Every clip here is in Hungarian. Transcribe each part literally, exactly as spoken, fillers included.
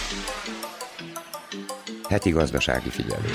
Heti gazdasági figyelő.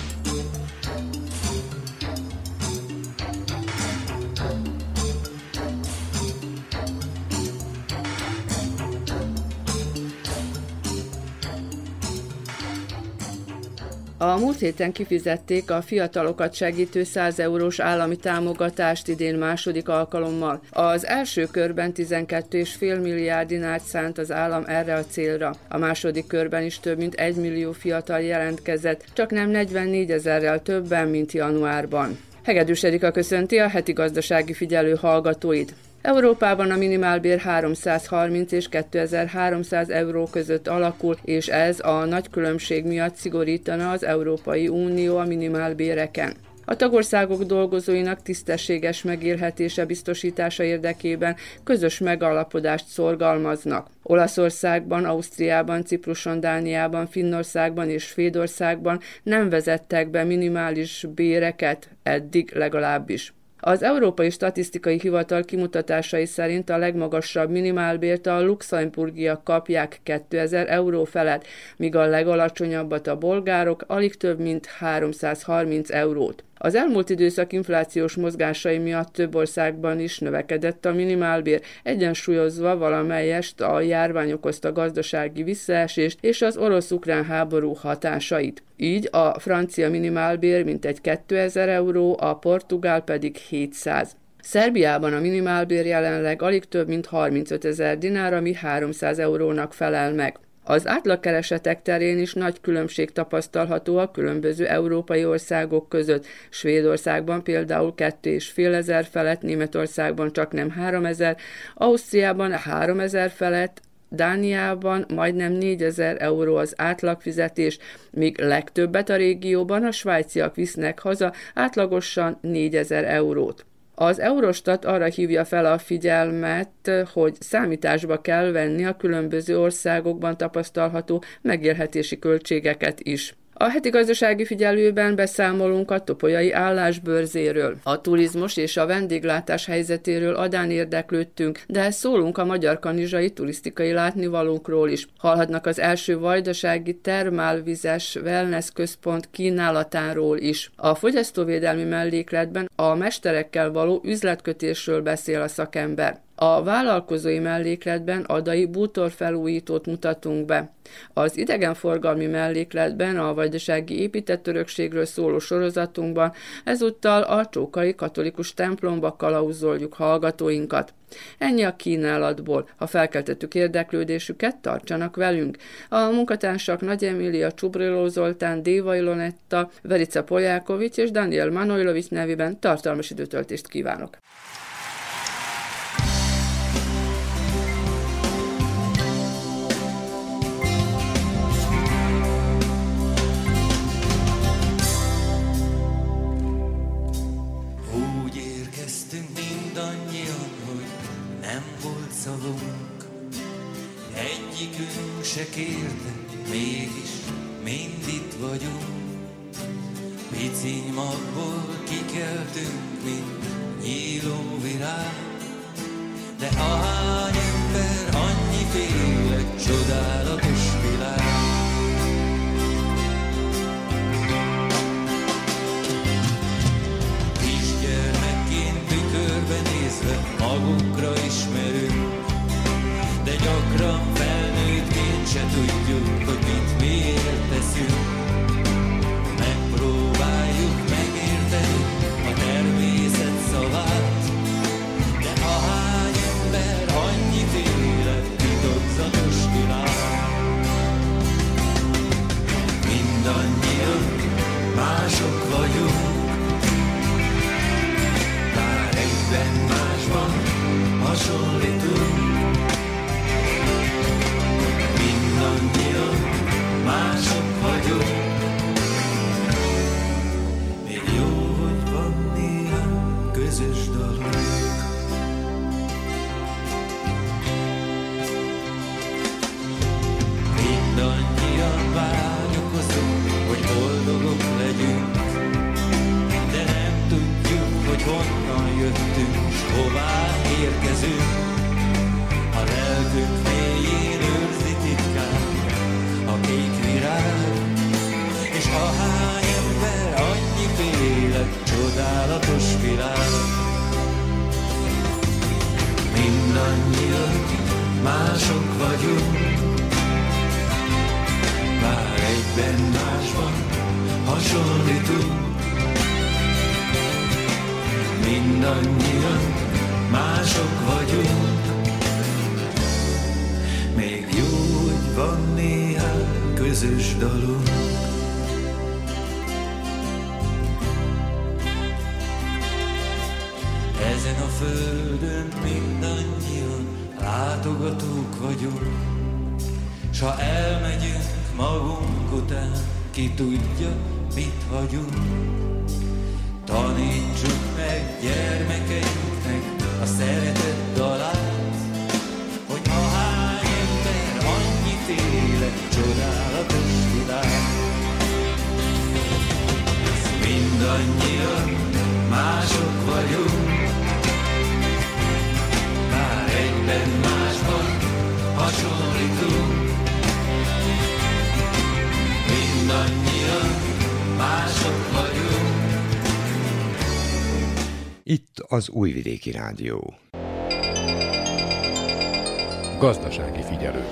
A múlt héten kifizették a fiatalokat segítő száz eurós állami támogatást idén második alkalommal. Az első körben tizenkét egész öt milliárd dinárt szánt az állam erre a célra. A második körben is több mint egy millió fiatal jelentkezett, csak nem negyvennégyezer többen, mint januárban. Hegedűs Erika köszönti a heti gazdasági figyelő hallgatóit. Európában a minimálbér háromszázharminc és kétezer-háromszáz euró között alakul, és ez a nagy különbség miatt szigorítana az Európai Unió a minimálbéreken. A tagországok dolgozóinak tisztességes megélhetése biztosítása érdekében közös megállapodást szorgalmaznak. Olaszországban, Ausztriában, Cipruson, Dániában, Finnországban és Svédországban nem vezettek be minimális béreket, eddig legalábbis. Az Európai Statisztikai Hivatal kimutatásai szerint a legmagasabb minimálbért a luxemburgiak kapják kétezer euró felett, míg a legalacsonyabbat a bolgárok, alig több mint háromszázharminc eurót. Az elmúlt időszak inflációs mozgásai miatt több országban is növekedett a minimálbér, egyensúlyozva valamelyest a járvány okozta gazdasági visszaesést és az orosz-ukrán háború hatásait. Így a francia minimálbér mintegy kétezer euró, a portugál pedig hétszáz. Szerbiában a minimálbér jelenleg alig több mint harmincötezer dinár, ami háromszáz eurónak felel meg. Az átlagkeresetek terén is nagy különbség tapasztalható a különböző európai országok között. Svédországban például két és fél ezer felett, Németországban csak nem háromezer, Ausztriában háromezer felett, Dániában majdnem négyezer euró az átlagfizetés, míg legtöbbet a régióban a svájciak visznek haza átlagosan négyezer eurót. Az Eurostat arra hívja fel a figyelmet, hogy számításba kell venni a különböző országokban tapasztalható megélhetési költségeket is. A heti gazdasági figyelőben beszámolunk a topolyai állásbörzéről. A turizmus és a vendéglátás helyzetéről adán érdeklődtünk, de szólunk a Magyarkanizsai turisztikai látnivalókról is. Hallhatnak az első vajdasági termálvizes wellness központ kínálatáról is. A fogyasztóvédelmi mellékletben a mesterekkel való üzletkötésről beszél a szakember. A vállalkozói mellékletben adai bútorfelújítót mutatunk be. Az idegenforgalmi mellékletben a vajdasági épített örökségről szóló sorozatunkban ezúttal a Csókai katolikus templomba kalauzoljuk hallgatóinkat. Ennyi a kínálatból. Ha felkeltettük érdeklődésüket, tartsanak velünk. A munkatársak Nagy Emília, Csubriló Zoltán, Déva Ilonetta, Verica Poljákovics és Daniel Manojlovics nevében tartalmas időtöltést kívánok. Egyikünk se kérte, mégis mind itt vagyunk. Piciny magból kikeltünk, mint nyíló virág. De ahány ember, annyiféle csodálatos világ. Kisgyermekként tükörbe nézve magunkra ismerünk, de gyakran felnőttként se tudjuk, hogy mit miért teszünk. Megpróbáljuk megérteni a természet szavát, de ahány ember, annyiféle titokzatos világ. mások vagyunk. Már egyben másban hasonlítunk. Mindannyian mások vagyunk. Még jó, hogy van néhány közös dalunk. Ezen a földön mindannyian látogatók vagyunk, s ha elmegyünk magunk után, ki tudja, mit hagyunk. Tanítsuk meg gyermekeinknek a szeretet dalát, hogy ahány ember, annyit élet, csodálatos világ. Mindannyian mások vagyunk, már egyben másban hasonlítunk. Mindannyian mások vagyunk. Itt az Újvidéki Rádió. Gazdasági figyelő.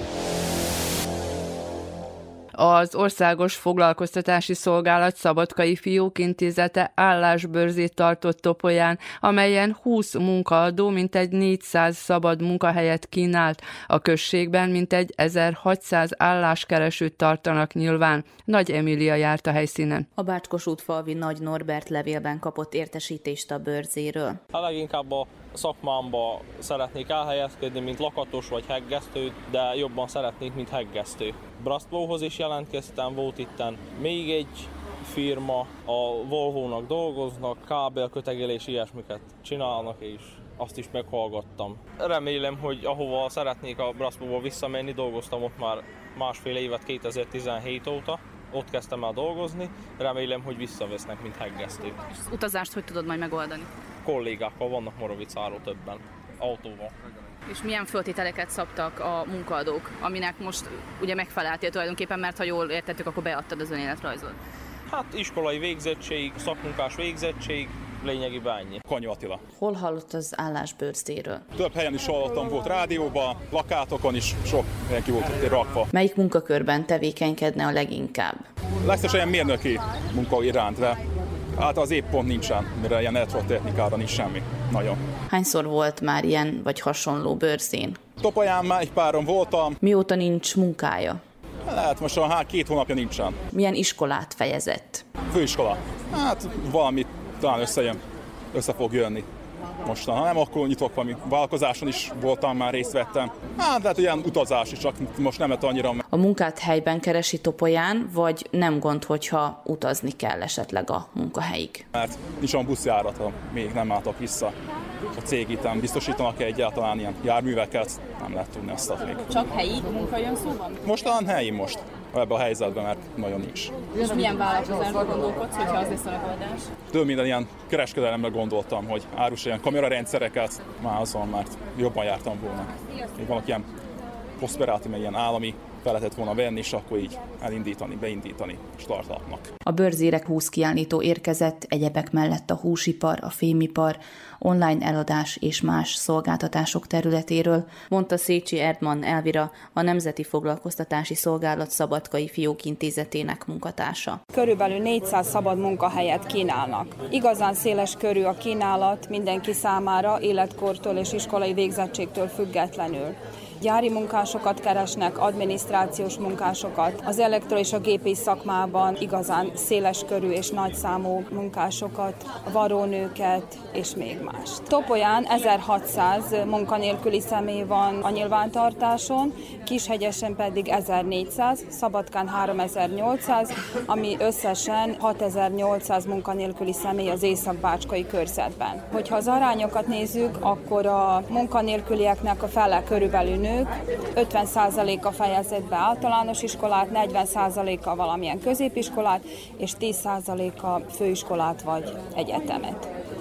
Az Országos Foglalkoztatási Szolgálat Szabadkai Fiók Intézete állásbörzét tartott Topolyán, amelyen húsz munkaadó mintegy négyszáz szabad munkahelyet kínált. A községben mintegy ezerhatszáz álláskeresőt tartanak nyilván. Nagy Emília járt a helyszínen. A Bácskos-útfalvi Nagy Norbert levélben kapott értesítést a bőrzéről. A leginkább a szakmámba szeretnék elhelyezkedni, mint lakatos vagy heggesztő, de jobban szeretnék, mint heggesztő. Brasztlóhoz is jelentkeztem, volt itten még egy firma, a Volvo-nak dolgoznak, kábelkötegélés, ilyesmiket csinálnak, és azt is meghallgattam. Remélem, hogy ahova szeretnék a Brasztlóba visszamenni, dolgoztam ott már másfél évet kétezer-tizenhét óta. Ott kezdtem el dolgozni, remélem, hogy visszavesznek, mint heggesztőt. És az utazást hogy tudod majd megoldani? Kollégákkal vannak Moravicáról többen, autóval. És milyen föltételeket szabtak a munkaadók, aminek most ugye megfeleltél tulajdonképpen, mert ha jól értettük, akkor beadtad az önéletrajzot? Hát iskolai végzettség, szakmunkás végzettség, lényegében ennyi. Kanyó Attila. Hol hallott az állásbőrzéről? Több helyen is hallottam, volt rádióban, plakátokon is, sok helyen ki volt rakva. Melyik munkakörben tevékenykedne a leginkább? Lesz ilyen mérnöki munka iránt, de hát az épp pont nincsen, mire ilyen elektrotechnikára nincs semmi. Nagyon. Hányszor volt már ilyen vagy hasonló bőrzén? Topolyán már egy páron voltam. Mióta nincs munkája? Lehet most hát két hónapja nincsen. Milyen iskolát fejezett? Főiskola. Hát valamit talán összejön, össze fog jönni mostan. Ha nem, akkor nyitok valami vállalkozáson is voltam, már részt vettem. Hát lehet, ilyen utazás is, csak most nem lett annyira. A munkát helyben keresi Topolyán, vagy nem gond, hogyha utazni kell esetleg a munkahelyig? Mert nincs olyan buszjáratom, még nem álltak vissza. A cég itt biztosítanak egyáltalán ilyen járműveket, nem lehet tudni azt még. Csak helyi munka jön szóban? Mostan helyi most, ebben a helyzetben, mert nagyon nincs. És milyen vállalkozásban gondolkodsz, hogyha az lesz a megoldás? Több minden ilyen kereskedelemre gondoltam, hogy árus ilyen kamerarendszereket, már azon már jobban jártam volna. Még vannak ilyen poszperáti, meg ilyen állami fel lehetett volna venni, és akkor így elindítani, beindítani startupnak. A bőrzére húsz kiállító érkezett, egyebek mellett a húsipar, a fémipar, online eladás és más szolgáltatások területéről, mondta Szécsi Erdmann Elvira, a Nemzeti Foglalkoztatási Szolgálat Szabadkai Fiók Intézetének munkatársa. Körülbelül négyszáz szabad munkahelyet kínálnak. Igazán széles körű a kínálat mindenki számára, életkortól és iskolai végzettségtől függetlenül. Gyári munkásokat keresnek, adminisztrációs munkásokat, az elektro- és a gépész szakmában igazán széles körű és nagyszámú munkásokat, varónőket és még más. Topolyán ezerhatszáz munkanélküli személy van a nyilvántartáson, Kishegyesen pedig ezernégyszáz, Szabadkán háromezer-nyolcszáz, ami összesen hatezer-nyolcszáz munkanélküli személy az észak-bácskai körzetben. Hogyha az arányokat nézzük, akkor a munkanélkülieknek a fele körülbelül nő, ötven százaléka fejezett be általános iskolát, negyven százaléka valamilyen középiskolát, és tíz százaléka főiskolát vagy egyetemet.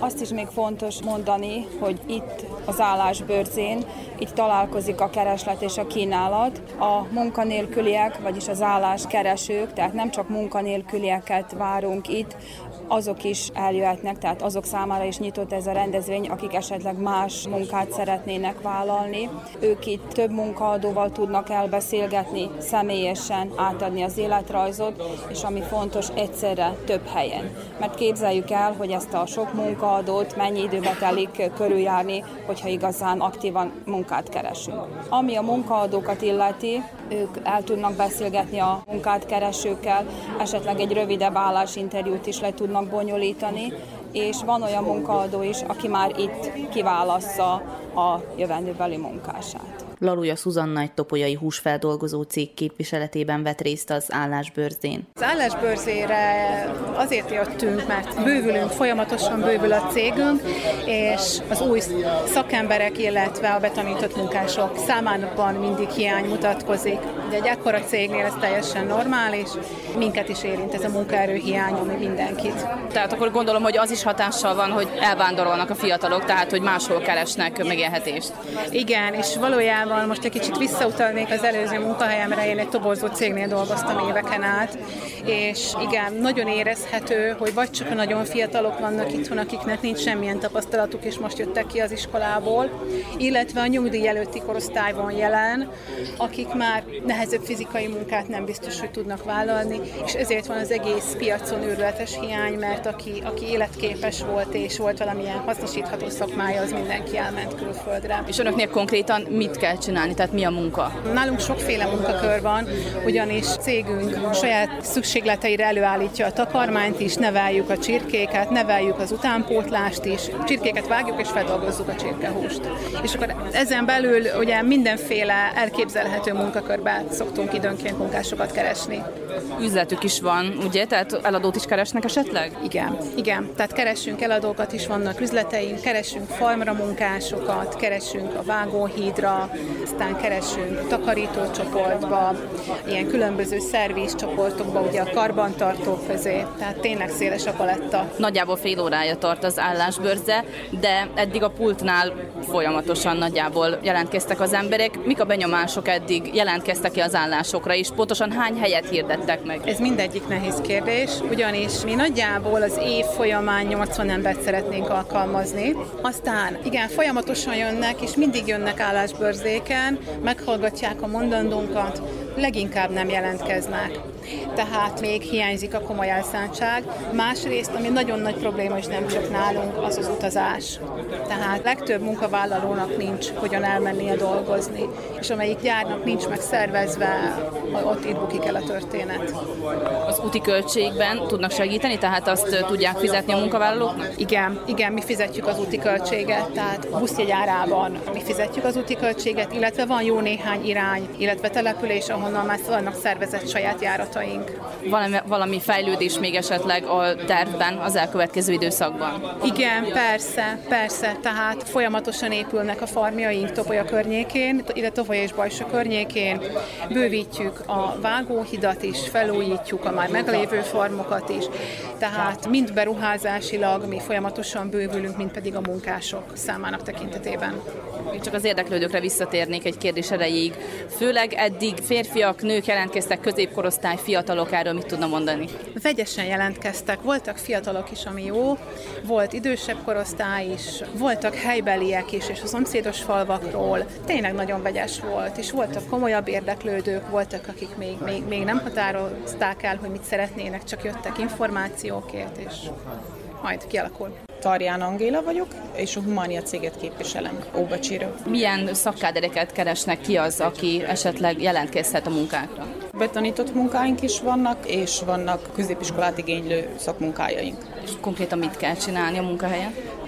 Azt is még fontos mondani, hogy itt az állásbörzén itt találkozik a kereslet és a kínálat. A munkanélküliek, vagyis az álláskeresők, tehát nem csak munkanélkülieket várunk itt, azok is eljöhetnek, tehát azok számára is nyitott ez a rendezvény, akik esetleg más munkát szeretnének vállalni. Ők itt több munkaadóval tudnak elbeszélgetni, személyesen átadni az életrajzot, és ami fontos, egyszerre több helyen. Mert képzeljük el, hogy ezt a sok munkaadót mennyi időbe telik körüljárni, hogyha igazán aktívan munkát keresünk. Ami a munkaadókat illeti, ők el tudnak beszélgetni a munkát keresőkkel, esetleg egy rövidebb állásinterjút is le tudnak bonyolítani, és van olyan munkaadó is, aki már itt kiválassza a jövendőbeli munkását. Laluja Szuzanna egy topolyai húsfeldolgozó cég képviseletében vett részt az állásbörzén. Az állásbörzére azért jöttünk, mert bővülünk, folyamatosan bővül a cégünk, és az új szakemberek, illetve a betanított munkások számában mindig hiány mutatkozik. De egy ekkora cégnél ez teljesen normális, minket is érint ez a munkaerő hiány, ami mindenkit. Tehát akkor gondolom, hogy az is hatással van, hogy elvándorolnak a fiatalok, tehát hogy máshol keresnek megélhetést. Igen, és valójában most egy kicsit visszautalnék az előző munkahelyemre, én egy toborzó cégnél dolgoztam éveken át, és igen, nagyon érezhető, hogy vagy csak nagyon fiatalok vannak itthon, akiknek nincs semmilyen tapasztalatuk, és most jöttek ki az iskolából, illetve a nyugdíj előtti korosztály van jelen, akik már nehezebb fizikai munkát nem biztos, hogy tudnak vállalni, és ezért van az egész piacon őrületes hiány, mert aki, aki életképes volt, és volt valamilyen hasznosítható szakmája, az mindenki elment külföldre. És önöknél konkrétan mit kell csinálni, tehát mi a munka? Nálunk sokféle munkakör van, ugyanis cégünk saját szükségleteire előállítja a takarmányt is, neveljük a csirkéket, neveljük az utánpótlást is, csirkéket vágjuk és feldolgozzuk a csirkehúst. És akkor ezen belül ugye mindenféle elképzelhető munkakörben szoktunk időnként munkásokat keresni. Üzletük is van, ugye? Tehát eladót is keresnek esetleg? Igen, igen. Tehát keresünk eladókat is, vannak üzleteink, keresünk farmra munkásokat, keresünk a vágóhídra, aztán keresünk takarítócsoportba, ilyen különböző szervizcsoportokba, ugye a karbantartók közé, tehát tényleg széles a paletta. Nagyjából fél órája tart az állásbörze, de eddig a pultnál folyamatosan nagyjából jelentkeztek az emberek. Mik a benyomások eddig? Jelentkeztek-e az állásokra is? Pontosan hány helyet hirdettek meg? Ez mindegyik nehéz kérdés, ugyanis mi nagyjából az év folyamán nyolcvan embert szeretnénk alkalmazni. Aztán igen, folyamatosan jönnek, és mindig jönnek állásbörzéken, meghallgatják a mondandónkat, leginkább nem jelentkeznek. Tehát még hiányzik a komoly elszántság. Másrészt, ami nagyon nagy probléma, és nem csak nálunk, az az utazás. Tehát legtöbb munkavállalónak nincs hogyan elmennie dolgozni, és amelyik gyárnak nincs megszervezve, ott itt bukik el a történet. Az úti költségben tudnak segíteni, tehát azt tudják fizetni a munkavállalóknak? Igen, igen, mi fizetjük az úti költséget, tehát buszjegy árában mi fizetjük az úti költséget, illetve van jó néhány irány, illetve település, ahonnan már vannak szervezett saját járataink. Valami, valami fejlődés még esetleg a tervben az elkövetkező időszakban? Igen, persze, persze, tehát folyamatosan épülnek a farmjaink Topolya környékén, ide Topolya és Bajsa környékén, bővítjük a vágóhidat is, felújítjuk a már meglévő farmokat is, tehát mind beruházásilag mi folyamatosan bővülünk, mind pedig a munkások számának tekintetében. Én csak az érdeklődőkre visszatérnék egy kérdés erejéig. Főleg eddig férfiak, nők jelentkeztek, középkorosztály, fiatalok, erről mit tudna mondani? Vegyesen jelentkeztek, voltak fiatalok is, ami jó, volt idősebb korosztály is, voltak helybeliek is, és a szomszédos falvakról. Tényleg nagyon vegyes volt, és voltak komolyabb érdeklődők, voltak, akik még, még, még nem határozták el, hogy mit szeretnének, csak jöttek információkért, és majd kialakul. Tarján Angéla vagyok, és a Humánia céget képviselem Óbecsiről. Milyen szakkádereket keresnek, ki az, aki esetleg jelentkezhet a munkákra? Betanított munkáink is vannak, és vannak középiskolát igénylő szakmunkájaink. És konkrétan mit kell csinálni a munkahelyen?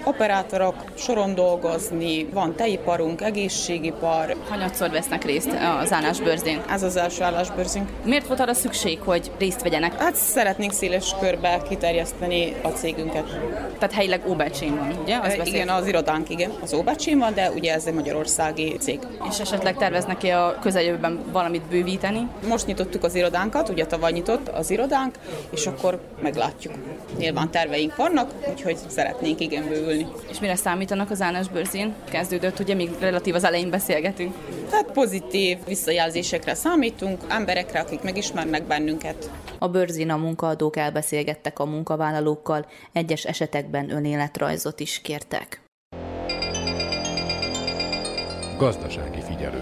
operátorok, soron dolgozni, van tejiparunk, egészségipar. Hanyatszor vesznek részt az állásbörzén? Ez az első állásbörzünk. Miért volt arra szükség, hogy részt vegyenek? Hát szeretnénk széles körbe kiterjeszteni a cégünket. Tehát helyileg Óbecsén van, ugye? Az igen, az irodánk, igen. Az Óbecsén van, de ugye ez egy magyarországi cég. És esetleg terveznek-e a közeljövőben valamit bővíteni? Most nyitottuk az irodánkat, ugye tavaly nyitott az irodánk, és akkor meglátjuk. Nyilván terveink vannak, úgyhogy szeretnénk igen bővülni. És mire számítanak az állásbörzén? Kezdődött, ugye még relatív az elején beszélgetünk. Tehát pozitív visszajelzésekre számítunk, emberekre, akik megismernek bennünket. A bőrzén a munkaadók elbeszélgettek a munkavállalókkal, egyes esetekben önéletrajzot is kértek. Gazdasági figyelő.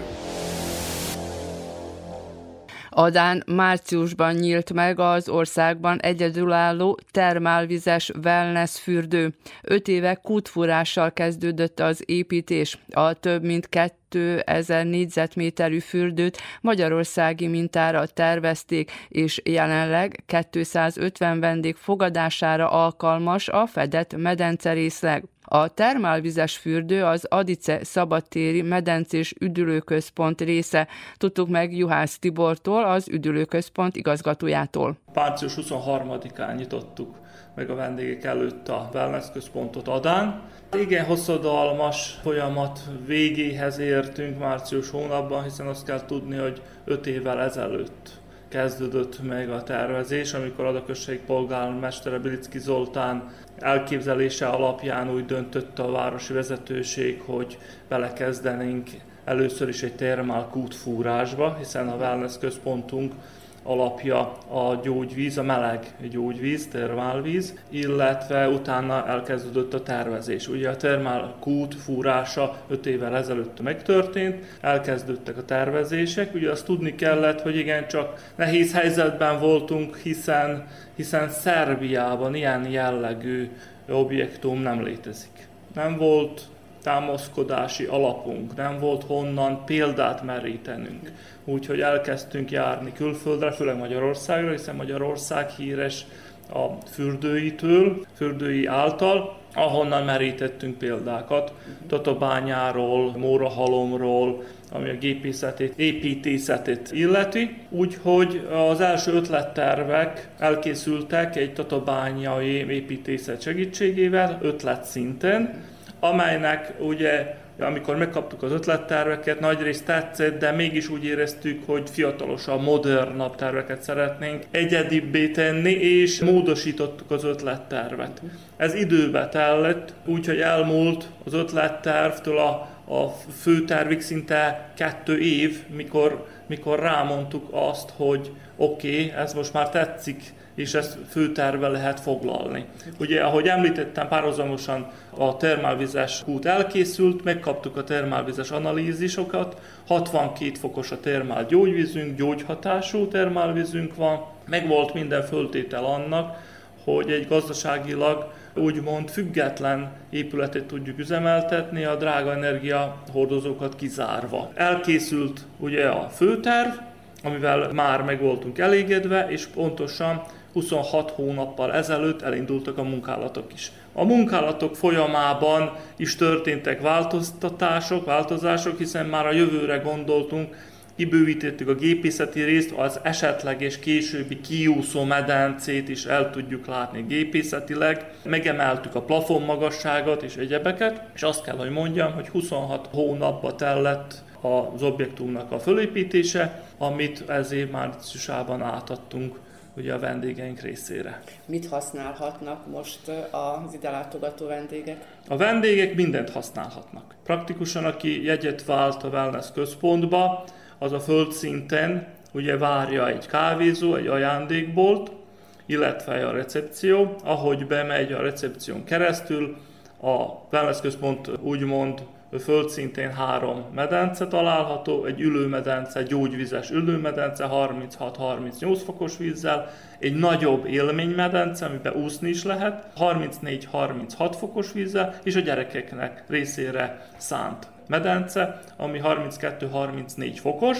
Adán márciusban nyílt meg az országban egyedülálló termálvizes wellness fürdő. Öt éve kútfúrással kezdődött az építés. A több mint kétezer négyzetméterű fürdőt magyarországi mintára tervezték, és jelenleg kétszázötven vendég fogadására alkalmas a fedett medencerészleg. A termálvizes fürdő az Adice szabadtéri medencés üdülőközpont része. Tudtuk meg Juhász Tibortól, az üdülőközpont igazgatójától. március huszonharmadikán nyitottuk meg a vendégek előtt a wellness központot Adán. Igen hosszadalmas folyamat végéhez értünk március hónapban, hiszen azt kell tudni, hogy öt évvel ezelőtt kezdődött meg a tervezés, amikor Adakösség polgármestere Bilicki Zoltán elképzelése alapján úgy döntött a városi vezetőség, hogy belekezdenénk először is egy termál kútfúrásba, hiszen a wellness központunk alapja a gyógyvíz, a meleg gyógyvíz, termálvíz, illetve utána elkezdődött a tervezés. Ugye a termál kút fúrása öt évvel ezelőtt megtörtént, elkezdődtek a tervezések, ugye azt tudni kellett, hogy igen, csak nehéz helyzetben voltunk, hiszen, hiszen Szerbiában ilyen jellegű objektum nem létezik. Nem volt támaszkodási alapunk, nem volt honnan példát merítenünk. Úgyhogy elkezdtünk járni külföldre, főleg Magyarországra, hiszen Magyarország híres a fürdőitől, fürdői által, ahonnan merítettünk példákat, Tatabányáról, Mórahalomról, ami a gépészetét, építészetét illeti. Úgyhogy az első ötlettervek elkészültek egy tatabányai építészet segítségével, ötletszinten, amelynek ugye, amikor megkaptuk az ötletterveket, nagyrészt tetszett, de mégis úgy éreztük, hogy fiatalosabb, modernabb terveket szeretnénk egyedibbé tenni, és módosítottuk az ötlettervet. Ez időbe tellett, úgyhogy elmúlt az ötlettervtől a, a főtervig szinte kettő év, mikor, mikor rámondtuk azt, hogy oké, okay, ez most már tetszik, és ezt főtervbe lehet foglalni. Ugye, ahogy említettem, párhuzamosan a termálvizes kút elkészült, megkaptuk a termálvizes analízisokat, hatvankét fokos a termál gyógyvízünk, gyógyhatású termálvízünk van, meg volt minden föltétel annak, hogy egy gazdaságilag úgymond független épületet tudjuk üzemeltetni, a drága energiahordozókat kizárva. Elkészült ugye a főterv, amivel már meg voltunk elégedve, és pontosan huszonhat hónappal ezelőtt elindultak a munkálatok is. A munkálatok folyamában is történtek változtatások, változások, hiszen már a jövőre gondoltunk, kibővítettük a gépészeti részt, az esetleges későbbi kiúszó medencét is el tudjuk látni gépészetileg, megemeltük a plafon magasságot és egyebeket, és azt kell, hogy mondjam, hogy huszonhat hónapba tellett az objektumnak a fölépítése, amit ez év márciusában átadtunk ugye a vendégeink részére. Mit használhatnak most az ide látogató vendégek? A vendégek mindent használhatnak. Praktikusan, aki jegyet vált a wellness központba, az a földszinten ugye várja egy kávézó, egy ajándékbolt, illetve a recepció. Ahogy bemegy a recepción keresztül, a wellness központ úgymond földszinten három medence található, egy ülőmedence, gyógyvizes ülőmedence, harminchat-harmincnyolc fokos vízzel, egy nagyobb élménymedence, amiben úszni is lehet, harmincnégy-harminchat fokos vízzel, és a gyerekeknek részére szánt medence, ami harminckettő-harmincnégy fokos,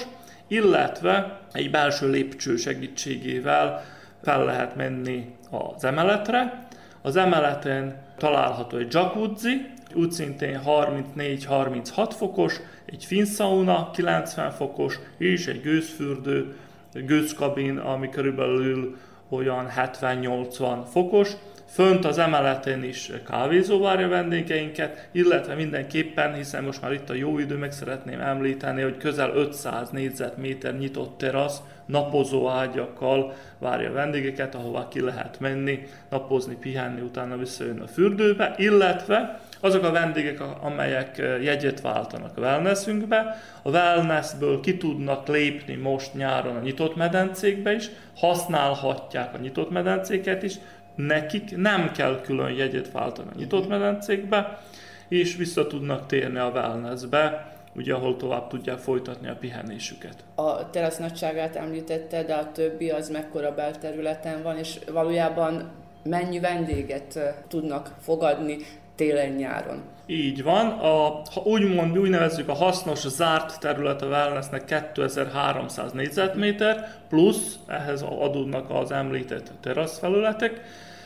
illetve egy belső lépcső segítségével fel lehet menni az emeletre. Az emeleten található egy jacuzzi, úgy szintén harmincnégy-harminchat fokos, egy finn sauna kilencven fokos, és egy gőzfürdő, gőzkabin, ami körülbelül olyan hetven-nyolcvan fokos. Fönt az emeleten is kávézó várja vendégeinket, illetve mindenképpen, hiszen most már itt a jó idő, meg szeretném említeni, hogy közel ötszáz négyzetméter nyitott terasz, napozó ágyakkal várja a vendégeket, ahová ki lehet menni, napozni, pihenni, utána visszajönni a fürdőbe, illetve azok a vendégek, amelyek jegyet váltanak a wellnessünkbe, a wellnessből ki tudnak lépni most nyáron a nyitott medencékbe is, használhatják a nyitott medencéket is, nekik nem kell külön jegyet váltani a nyitott medencékbe, és vissza tudnak térni a wellnessbe, ugye, ahol tovább tudják folytatni a pihenésüket. A terasz nagyságát említette, de a többi az mekkora belterületen van, és valójában mennyi vendéget tudnak fogadni télen-nyáron? Így van, a, úgymond úgy nevezzük a hasznos zárt terület a wellnessnek kétezer-háromszáz négyzetméter, plusz ehhez adódnak az említett teraszfelületek,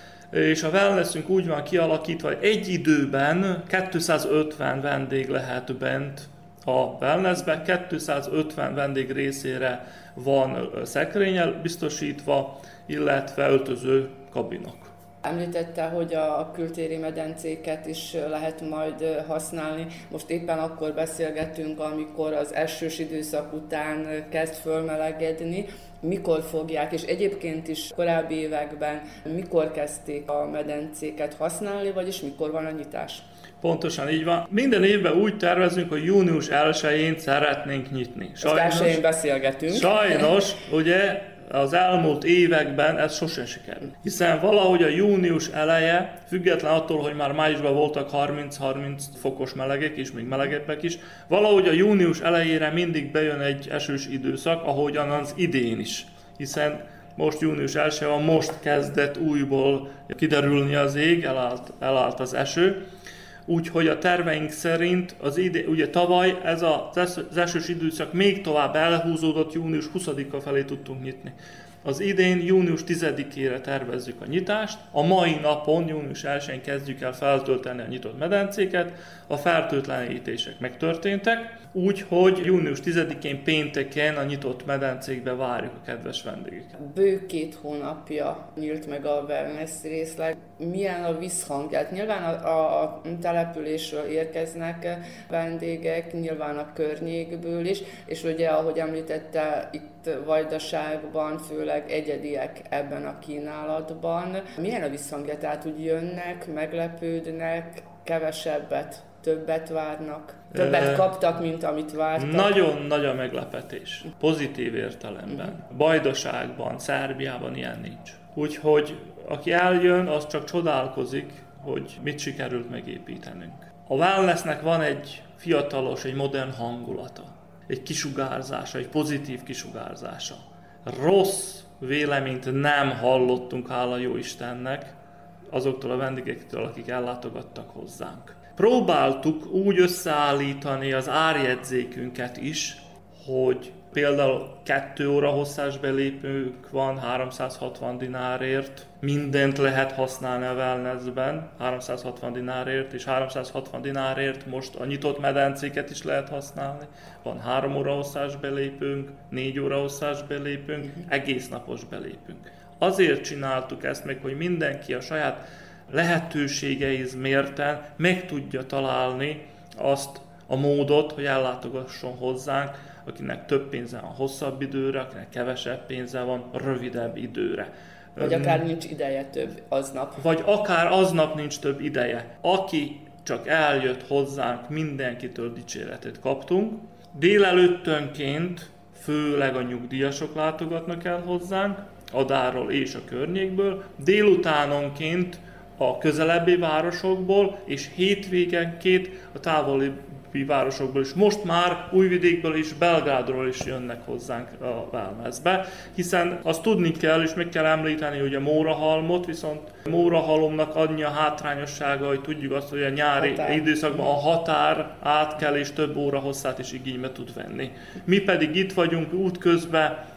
és a wellnessünk úgy van kialakítva, hogy egy időben kétszázötven vendég lehet bent a wellnessbe, kétszázötven vendég részére van szekrényel biztosítva, illetve öltöző kabinok. Említette, hogy a kültéri medencéket is lehet majd használni. Most éppen akkor beszélgetünk, amikor az esős időszak után kezd fölmelegedni. Mikor fogják, és egyébként is korábbi években mikor kezdték a medencéket használni, vagyis mikor van a nyitás? Pontosan így van. Minden évben úgy tervezünk, hogy június elsején szeretnénk nyitni. Sajnos, elsején beszélgetünk. Sajnos, ugye, az elmúlt években ez sosem sikerült. Hiszen valahogy a június eleje, független attól, hogy már májusban voltak harminc-harminc fokos melegek, és még melegebbek is, valahogy a június elejére mindig bejön egy esős időszak, ahogyan az idén is. Hiszen most június elseje van, most kezdett újból kiderülni az ég, elállt, elállt az eső. Úgyhogy a terveink szerint az ide, ugye tavaly ez az esős időszak még tovább elhúzódott, június huszadika felé tudtunk nyitni. Az idén június tizedikére tervezzük a nyitást, a mai napon, június elsején kezdjük el feltölteni a nyitott medencéket, a fertőtlenítések megtörténtek, úgyhogy június tizedikén pénteken a nyitott medencékbe várjuk a kedves vendégeket. Bő két hónapja nyílt meg a wellness részleg. Milyen a visszhangját? Nyilván a, a településről érkeznek vendégek, nyilván a környékből is, és ugye, ahogy említette, itt Vajdaságban főleg egyediek ebben a kínálatban. Milyen a visszhangját? Tehát úgy jönnek, meglepődnek, kevesebbet, többet várnak? Többet kaptak, mint amit vártak? Nagyon nagy a meglepetés. Pozitív értelemben. Uh-huh. Vajdaságban, Szerbiában ilyen nincs. Úgyhogy aki eljön, az csak csodálkozik, hogy mit sikerült megépítenünk. A wellnessnek van egy fiatalos, egy modern hangulata. Egy kisugárzása, egy pozitív kisugárzása. Rossz véleményt nem hallottunk, hála jó Istennek, azoktól a vendégektől, akik ellátogattak hozzánk. Próbáltuk úgy összeállítani az árjegyzékünket is, hogy például kettő óra hosszás belépők van háromszázhatvan dinárért, mindent lehet használni a wellnessben háromszázhatvan dinárért, és háromszázhatvan dinárért most a nyitott medencéket is lehet használni. Van három óra hosszás belépőnk, négy óra hosszás belépőnk, egész napos belépőnk. Azért csináltuk ezt meg, hogy mindenki a saját lehetőségeiz mérten meg tudja találni azt a módot, hogy ellátogasson hozzánk, akinek több pénze van hosszabb időre, akinek kevesebb pénze van rövidebb időre. Vagy akár nincs ideje több aznap. Vagy akár aznap nincs több ideje. Aki csak eljött hozzánk, mindenkitől dicséretet kaptunk. Délelőttönként főleg a nyugdíjasok látogatnak el hozzánk, Adáról és a környékből, délutánonként a közelebbi városokból, és hétvégenként a távoli városokból is. Most már Újvidékből és Belgrádról is jönnek hozzánk a wellnessbe, hiszen azt tudni kell, és meg kell említeni, hogy a Mórahalmot, viszont a Mórahalomnak annyi a hátrányossága, hogy tudjuk azt, hogy a nyári határ. időszakban a határ átkel és több óra hosszát is igénybe tud venni. Mi pedig itt vagyunk útközben,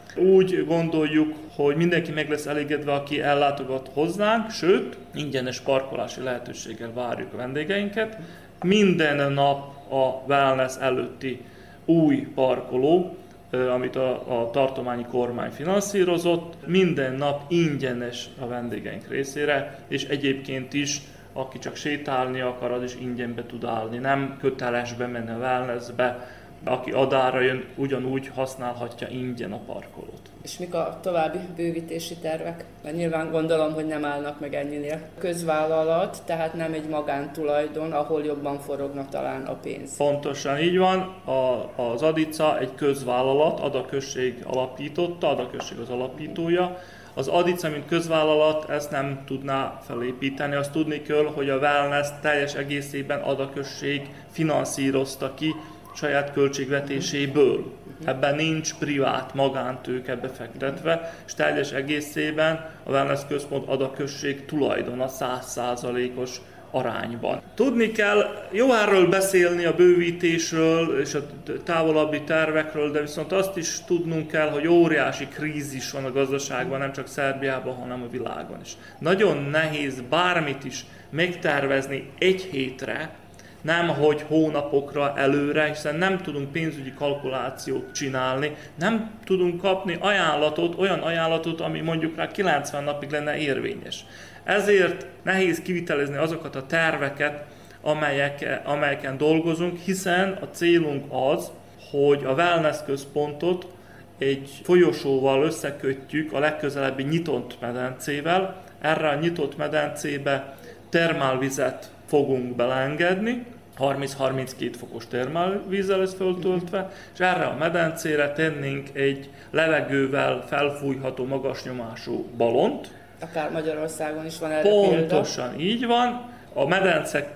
Úgy gondoljuk, hogy mindenki meg lesz elégedve, aki ellátogat hozzánk, sőt, ingyenes parkolási lehetőséggel várjuk a vendégeinket. Minden nap a wellness előtti új parkoló, amit a, a tartományi kormány finanszírozott, minden nap ingyenes a vendégeink részére, és egyébként is, aki csak sétálni akar, az is ingyenbe tud állni. Nem köteles bemenni a wellnessbe, aki Adára jön, ugyanúgy használhatja ingyen a parkolót. És mik a további bővítési tervek? Mert nyilván gondolom, hogy nem állnak meg ennyinél. Közvállalat, tehát nem egy magántulajdon, ahol jobban forogna talán a pénz. Pontosan így van. A, az Adica egy közvállalat, Ada község alapította, Ada község az alapítója. Az Adica, mint közvállalat, ezt nem tudná felépíteni. Azt tudni kell, hogy a wellness teljes egészében Ada község finanszírozta ki saját költségvetéséből. Ebben nincs privát magántőke befektetve, és teljes egészében a wellness központ Ada község tulajdona száz százalékos arányban. Tudni kell, jó erről beszélni a bővítésről és a távolabbi tervekről, de viszont azt is tudnunk kell, hogy óriási krízis van a gazdaságban, nem csak Szerbiában, hanem a világon is. Nagyon nehéz bármit is megtervezni egy hétre, nem hogy hónapokra előre, hiszen nem tudunk pénzügyi kalkulációt csinálni, nem tudunk kapni ajánlatot, olyan ajánlatot, ami mondjuk rá kilencven napig lenne érvényes. Ezért nehéz kivitelezni azokat a terveket, amelyek, amelyeken dolgozunk, hiszen a célunk az, hogy a wellness központot egy folyosóval összekötjük a legközelebbi nyitott medencével. Erre a nyitott medencébe termálvizet fogunk beleengedni, harminc-harminckét fokos termálvízzel lesz föltöltve, és erre a medencére tennénk egy levegővel felfújható magasnyomású balont. Akár Magyarországon is van erre Pontosan példa. így van. A medence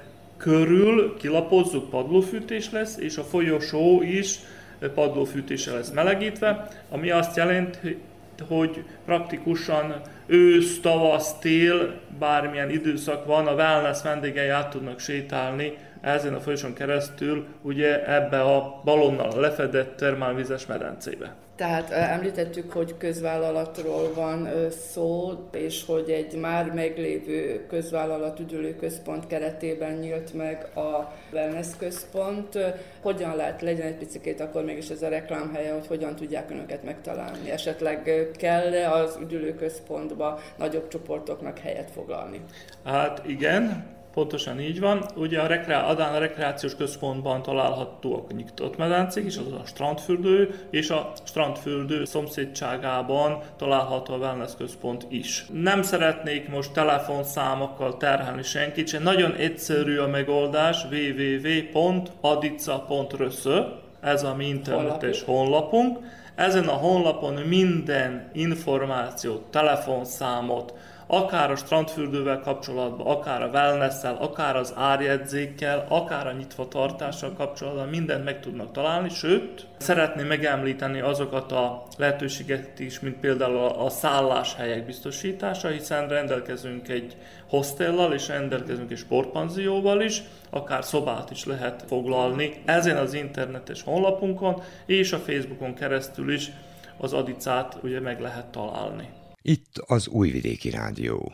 körül kilapozzuk, padlófűtés lesz, és a folyosó is padlófűtéssel lesz melegítve, ami azt jelenti, hogy praktikusan ősz, tavasz, tél, bármilyen időszak van, a wellness vendégei át tudnak sétálni ezen a folyosón keresztül, ugye ebbe a balonnal lefedett termálvizes medencébe. Tehát említettük, hogy közvállalatról van szó, és hogy egy már meglévő közvállalat üdülőközpont keretében nyílt meg a wellness központ. Hogyan lehet, legyen egy picikét akkor mégis ez a reklámhelye, hogy hogyan tudják önöket megtalálni? Esetleg kell-e az üdülőközpontba nagyobb csoportoknak helyet foglalni? Hát igen. Pontosan így van. Ugye a rekreá- Adán a rekreációs központban találhatóak a nyitott medencék is, az a strandfürdő, és a strandfürdő szomszédságában található a wellness központ is. Nem szeretnék most telefonszámokkal terhelni senkit, és nagyon egyszerű a megoldás, double-u double-u double-u pont adica pont r ö s, ez a mi internetes honlapunk. Ezen a honlapon minden információt, telefonszámot, akár a strandfürdővel kapcsolatban, akár a wellness-szel, akár az árjegyzékkel, akár a nyitvatartással kapcsolatban mindent meg tudnak találni, sőt, szeretném megemlíteni azokat a lehetőségeket is, mint például a szálláshelyek biztosítása, hiszen rendelkezünk egy hostellal és rendelkezünk egy sportpanzióval is, akár szobát is lehet foglalni ezen az internetes honlapunkon, és a Facebookon keresztül is az Adicát ugye meg lehet találni. Itt az Újvidéki Rádió.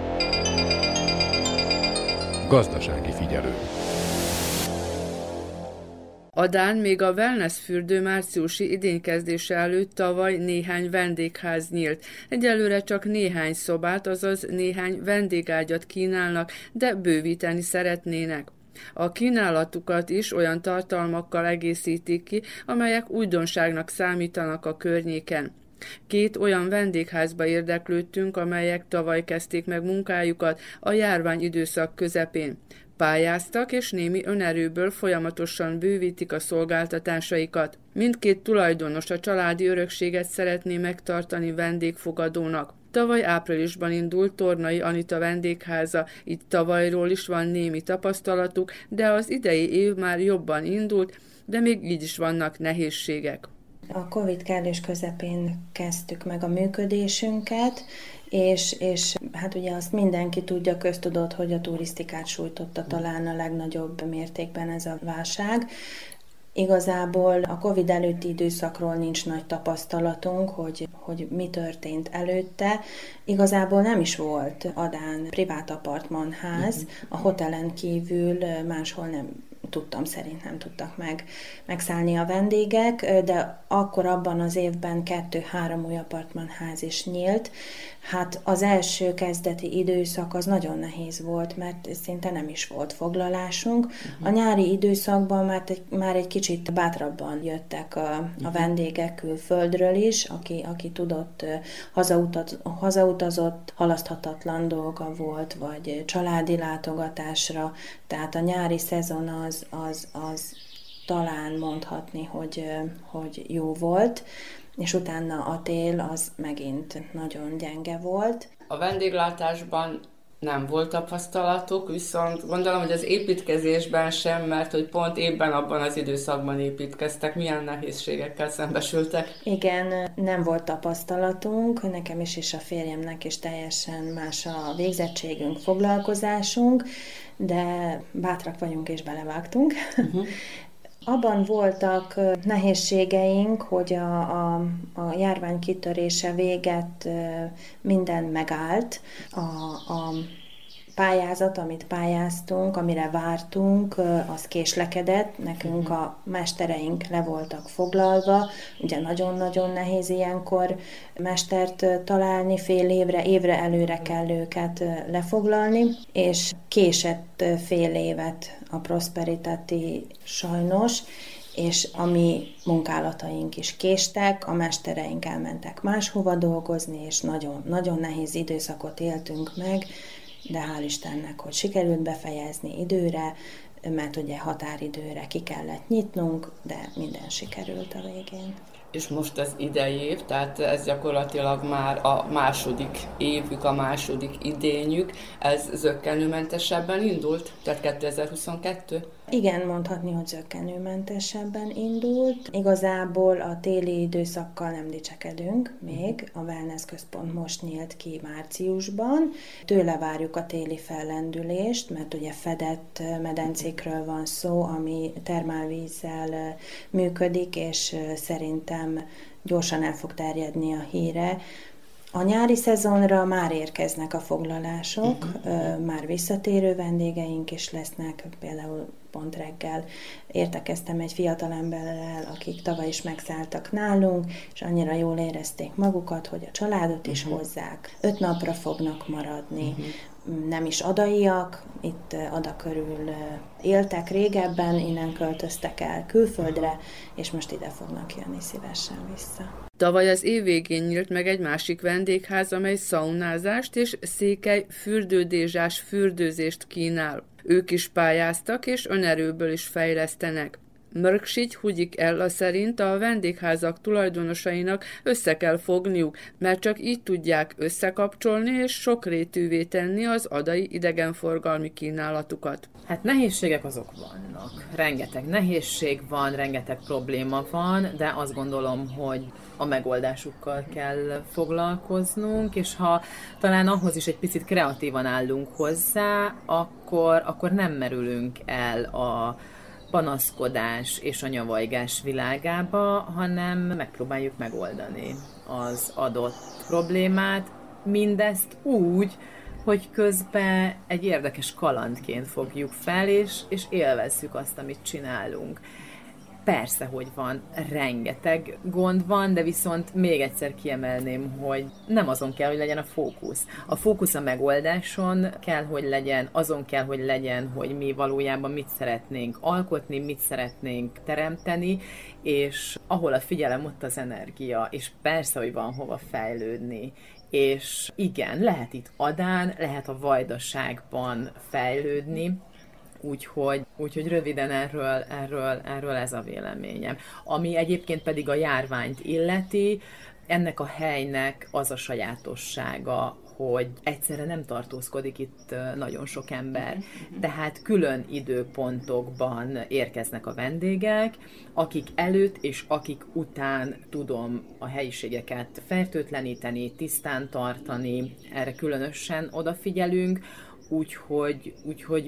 Gazdasági figyelő. Adán még a wellness fürdő márciusi idénykezdése előtt tavaly néhány vendégház nyílt. Egyelőre csak néhány szobát, azaz néhány vendégágyat kínálnak, de bővíteni szeretnének. A kínálatukat is olyan tartalmakkal egészítik ki, amelyek újdonságnak számítanak a környéken. Két olyan vendégházba érdeklődtünk, amelyek tavaly kezdték meg munkájukat a járvány időszak közepén. Pályáztak, és némi önerőből folyamatosan bővítik a szolgáltatásaikat. Mindkét tulajdonos a családi örökséget szeretné megtartani vendégfogadónak. Tavaly áprilisban indult Tornai Anita vendégháza, itt tavalyról is van némi tapasztalatuk, de az idei év már jobban indult, de még így is vannak nehézségek. A Covid kellős közepén kezdtük meg a működésünket, és, és hát ugye azt mindenki tudja, köztudott, hogy a turisztikát sújtotta talán a legnagyobb mértékben ez a válság. Igazából a Covid előtti időszakról nincs nagy tapasztalatunk, hogy, hogy mi történt előtte. Igazából nem is volt Adán privát apartmanház, a hotelen kívül máshol nem tudtam, szerint nem tudtak meg, megszállni a vendégek, de akkor abban az évben kettő-három új apartmanház is nyílt. Hát az első kezdeti időszak az nagyon nehéz volt, mert szinte nem is volt foglalásunk. A nyári időszakban már egy, már egy kicsit bátrabban jöttek a, a vendégek külföldről is, aki, aki tudott, hazautaz, hazautazott, halaszthatatlan dolga volt, vagy családi látogatásra, tehát a nyári szezon az, az, az talán mondhatni, hogy, hogy jó volt, és utána a tél az megint nagyon gyenge volt. A vendéglátásban nem volt tapasztalatok, viszont gondolom, hogy az építkezésben sem, mert hogy pont éppen abban az időszakban építkeztek. Milyen nehézségekkel szembesültek? Igen, nem volt tapasztalatunk, nekem is és a férjemnek is teljesen más a végzettségünk, foglalkozásunk, de bátrak vagyunk és belevágtunk. Uh-huh. Abban voltak nehézségeink, hogy a, a, a járvány kitörése véget minden megállt. A, a pályázat, amit pályáztunk, amire vártunk, az késlekedett. Nekünk a mestereink le voltak foglalva. Ugye nagyon-nagyon nehéz ilyenkor mestert találni, fél évre, évre előre kell őket lefoglalni, és késett fél évet a Prosperitati sajnos, és a mi munkálataink is késtek, a mestereink elmentek máshova dolgozni, és nagyon, nagyon nehéz időszakot éltünk meg, de hál' Istennek, hogy sikerült befejezni időre, mert ugye határidőre ki kellett nyitnunk, de minden sikerült a végén. És most az idei év, tehát ez gyakorlatilag már a második évük, a második idényük, ez zökkenőmentesebben indult, tehát kétezer-huszonkettő? Igen, mondhatni, hogy zökkenőmentesebben indult. Igazából a téli időszakkal nem dicsekedünk még. A wellness központ most nyílt ki márciusban. Tőle várjuk a téli fellendülést, mert ugye fedett medencékről van szó, ami termálvízzel működik, és szerintem gyorsan el fog terjedni a híre. A nyári szezonra már érkeznek a foglalások, uh-huh. már visszatérő vendégeink is lesznek, például pont reggel értekeztem egy fiatalemberrel, akik tavaly is megszálltak nálunk, és annyira jól érezték magukat, hogy a családot is uh-huh. hozzák. Öt napra fognak maradni, uh-huh. nem is adaiak, itt Ada körül éltek régebben, innen költöztek el külföldre, és most ide fognak jönni szívesen vissza. Tavaly az év végén nyílt meg egy másik vendégház, amely szaunázást és székely fürdődézsás fürdőzést kínál. Ők is pályáztak, és önerőből is fejlesztenek. Mörgsigy Hugyi Ella szerint a vendégházak tulajdonosainak össze kell fogniuk, mert csak így tudják összekapcsolni és sokrétűvé tenni az adai idegenforgalmi kínálatukat. Hát nehézségek azok vannak. Rengeteg nehézség van, rengeteg probléma van, de azt gondolom, hogy a megoldásukkal kell foglalkoznunk, és ha talán ahhoz is egy picit kreatívan állunk hozzá, akkor, akkor nem merülünk el a panaszkodás és a nyavajgás világába, hanem megpróbáljuk megoldani az adott problémát, mindezt úgy, hogy közben egy érdekes kalandként fogjuk fel, és, és élvezzük azt, amit csinálunk. Persze, hogy van, rengeteg gond van, de viszont még egyszer kiemelném, hogy nem azon kell, hogy legyen a fókusz. A fókusz a megoldáson kell, hogy legyen, azon kell, hogy legyen, hogy mi valójában mit szeretnénk alkotni, mit szeretnénk teremteni, és ahol a figyelem, ott az energia, és persze, hogy van hova fejlődni. És igen, lehet itt Adán, lehet a Vajdaságban fejlődni, Úgyhogy, úgyhogy röviden erről, erről, erről ez a véleményem. Ami egyébként pedig a járványt illeti, ennek a helynek az a sajátossága, hogy egyszerre nem tartózkodik itt nagyon sok ember. Tehát külön időpontokban érkeznek a vendégek, akik előtt és akik után tudom a helyiségeket fertőtleníteni, tisztán tartani, erre különösen odafigyelünk, úgyhogy, úgyhogy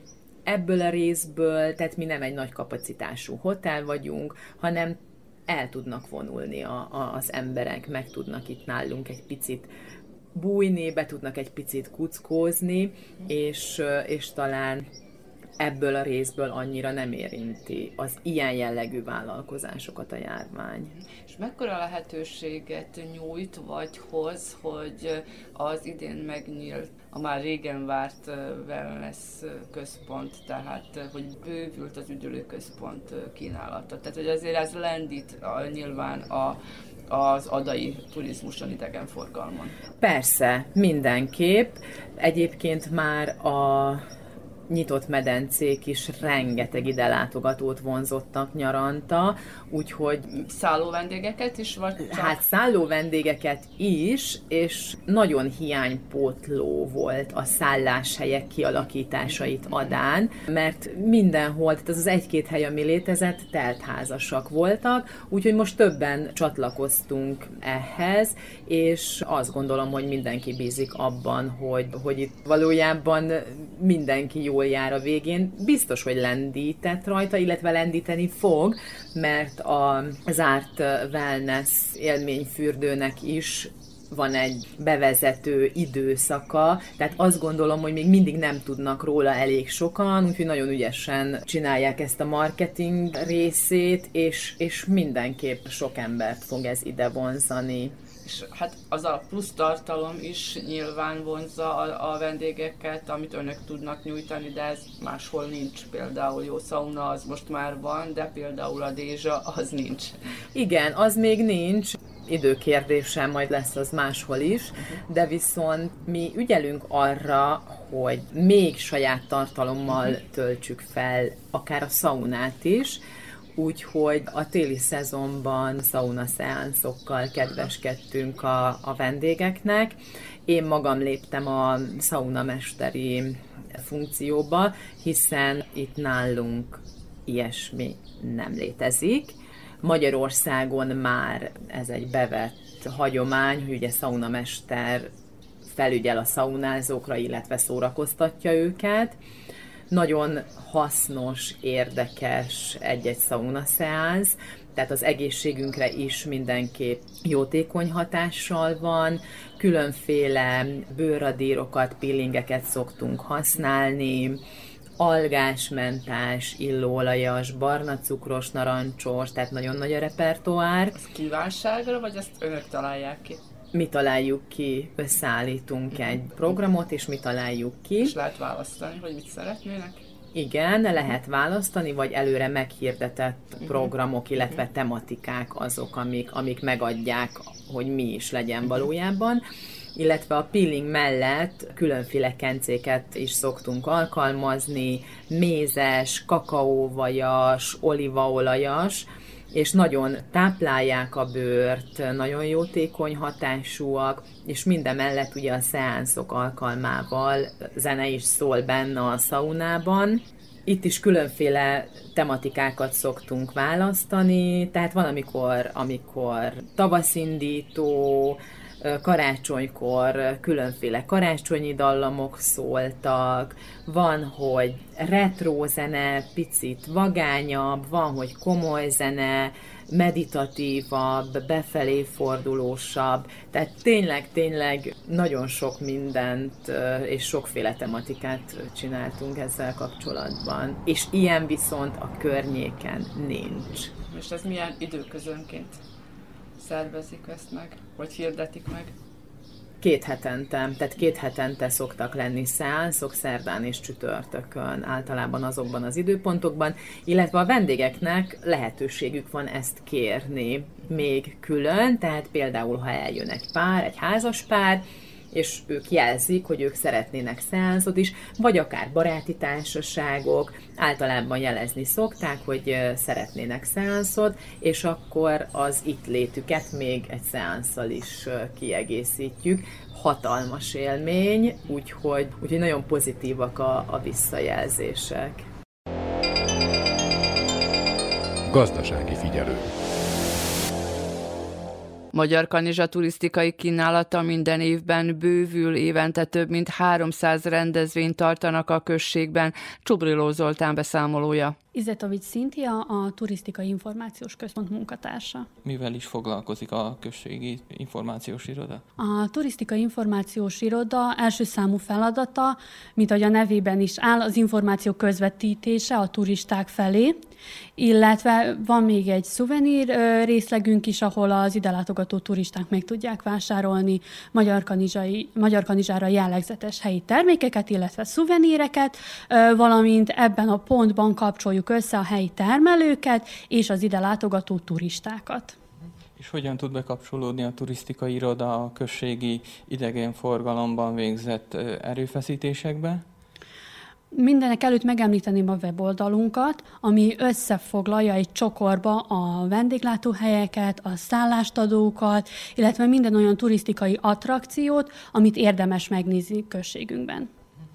ebből a részből, tehát mi nem egy nagy kapacitású hotel vagyunk, hanem el tudnak vonulni a, a, az emberek, meg tudnak itt nálunk egy picit bújni, be tudnak egy picit kuckózni, és, és talán ebből a részből annyira nem érinti az ilyen jellegű vállalkozásokat a járvány. És mekkora lehetőséget nyújt vagy hoz, hogy az idén megnyílt a már régen várt wellness központ, tehát hogy bővült az üdülőközpont kínálata. Tehát, hogy azért ez lendít a, nyilván a az adai turizmuson, idegenforgalmon. Persze, mindenképp. Egyébként már a nyitott medencék is rengeteg ide látogatót vonzottak nyaranta, úgyhogy... Szálló vendégeket is, vagy csak? Hát szálló vendégeket is, és nagyon hiánypótló volt a szálláshelyek kialakításait Adán, mert mindenhol, tehát az az egy-két hely, ami létezett, teltházasak voltak, úgyhogy most többen csatlakoztunk ehhez, és azt gondolom, hogy mindenki bízik abban, hogy, hogy itt valójában mindenki jól jár a végén. Biztos, hogy lendített rajta, illetve lendíteni fog, mert a zárt wellness élményfürdőnek is van egy bevezető időszaka, tehát azt gondolom, hogy még mindig nem tudnak róla elég sokan, úgyhogy nagyon ügyesen csinálják ezt a marketing részét, és, és mindenképp sok embert fog ez ide vonzani. És hát az a plusz tartalom is nyilván vonzza a, a vendégeket, amit önök tudnak nyújtani, de ez máshol nincs. Például jó szauna az most már van, de például a Dézsa az nincs. Igen, az még nincs. Időkérdéssel majd lesz az máshol is, de viszont mi ügyelünk arra, hogy még saját tartalommal töltsük fel akár a szaunát is, úgyhogy a téli szezonban szaunaszeánszokkal kedveskedtünk a, a vendégeknek. Én magam léptem a szaunamesteri funkcióba, hiszen itt nálunk ilyesmi nem létezik. Magyarországon már ez egy bevett hagyomány, hogy ugye szaunamester felügyel a szaunázókra, illetve szórakoztatja őket. Nagyon hasznos, érdekes egy-egy szaunaszeánsz, tehát az egészségünkre is mindenképp jótékony hatással van. Különféle bőrradírokat, peelingeket szoktunk használni, algásmentás, illóolajas, barna cukros, narancsos, tehát nagyon nagy a repertoár. Ez kívánságra, vagy ezt önök találják ki? Mi találjuk ki, összeállítunk egy programot, és mi találjuk ki. És lehet választani, hogy mit szeretnének? Igen, lehet választani, vagy előre meghirdetett uh-huh. programok, illetve uh-huh. tematikák azok, amik, amik megadják, hogy mi is legyen valójában. Illetve a peeling mellett különféle kencéket is szoktunk alkalmazni, mézes, kakaóvajas, olívaolajas, és nagyon táplálják a bőrt, nagyon jótékony hatásúak, és mindemellett ugye a szeánszok alkalmával zene is szól benne a szaunában. Itt is különféle tematikákat szoktunk választani, tehát van, amikor, amikor tavaszindító, karácsonykor különféle karácsonyi dallamok szóltak, van, hogy retro zene, picit vagányabb, van, hogy komoly zene, meditatívabb, befelé fordulósabb, tehát tényleg, tényleg nagyon sok mindent és sokféle tematikát csináltunk ezzel kapcsolatban, és ilyen viszont a környéken nincs. És ez milyen időközönként szervezik ezt meg, vagy hirdetik meg? Két hetente, tehát két hetente szoktak lenni szeánszok, szerdán és csütörtökön, általában azokban az időpontokban, illetve a vendégeknek lehetőségük van ezt kérni még külön, tehát például, ha eljön egy pár, egy házas pár, és ők jelzik, hogy ők szeretnének szeánszot is, vagy akár baráti társaságok, általában jelezni szokták, hogy szeretnének szeánszot, és akkor az itt létüket még egy szeánszal is kiegészítjük. Hatalmas élmény, úgyhogy, úgyhogy nagyon pozitívak a, a visszajelzések. Gazdasági figyelő. Magyarkanizsa turisztikai kínálata minden évben bővül, évente több mint háromszáz rendezvényt tartanak a községben. Csubriló Zoltán beszámolója. Izetovics Szintia, a Turisztikai Információs Központ munkatársa. Mivel is foglalkozik a községi információs iroda? A Turisztikai Információs Iroda első számú feladata, mint ahogy a nevében is áll, az információ közvetítése a turisták felé, illetve van még egy szuvenír részlegünk is, ahol az ide látogató turisták meg tudják vásárolni Magyarkanizsára jellegzetes helyi termékeket, illetve szuveníreket, valamint ebben a pontban kapcsoljuk össze a helyi termelőket és az ide látogató turistákat. És hogyan tud bekapcsolódni a turisztikai iroda a községi idegenforgalomban végzett erőfeszítésekbe? Mindenek előtt megemlíteném a weboldalunkat, ami összefoglalja egy csokorba a vendéglátóhelyeket, a szállástadókat, illetve minden olyan turisztikai attrakciót, amit érdemes megnézni községünkben.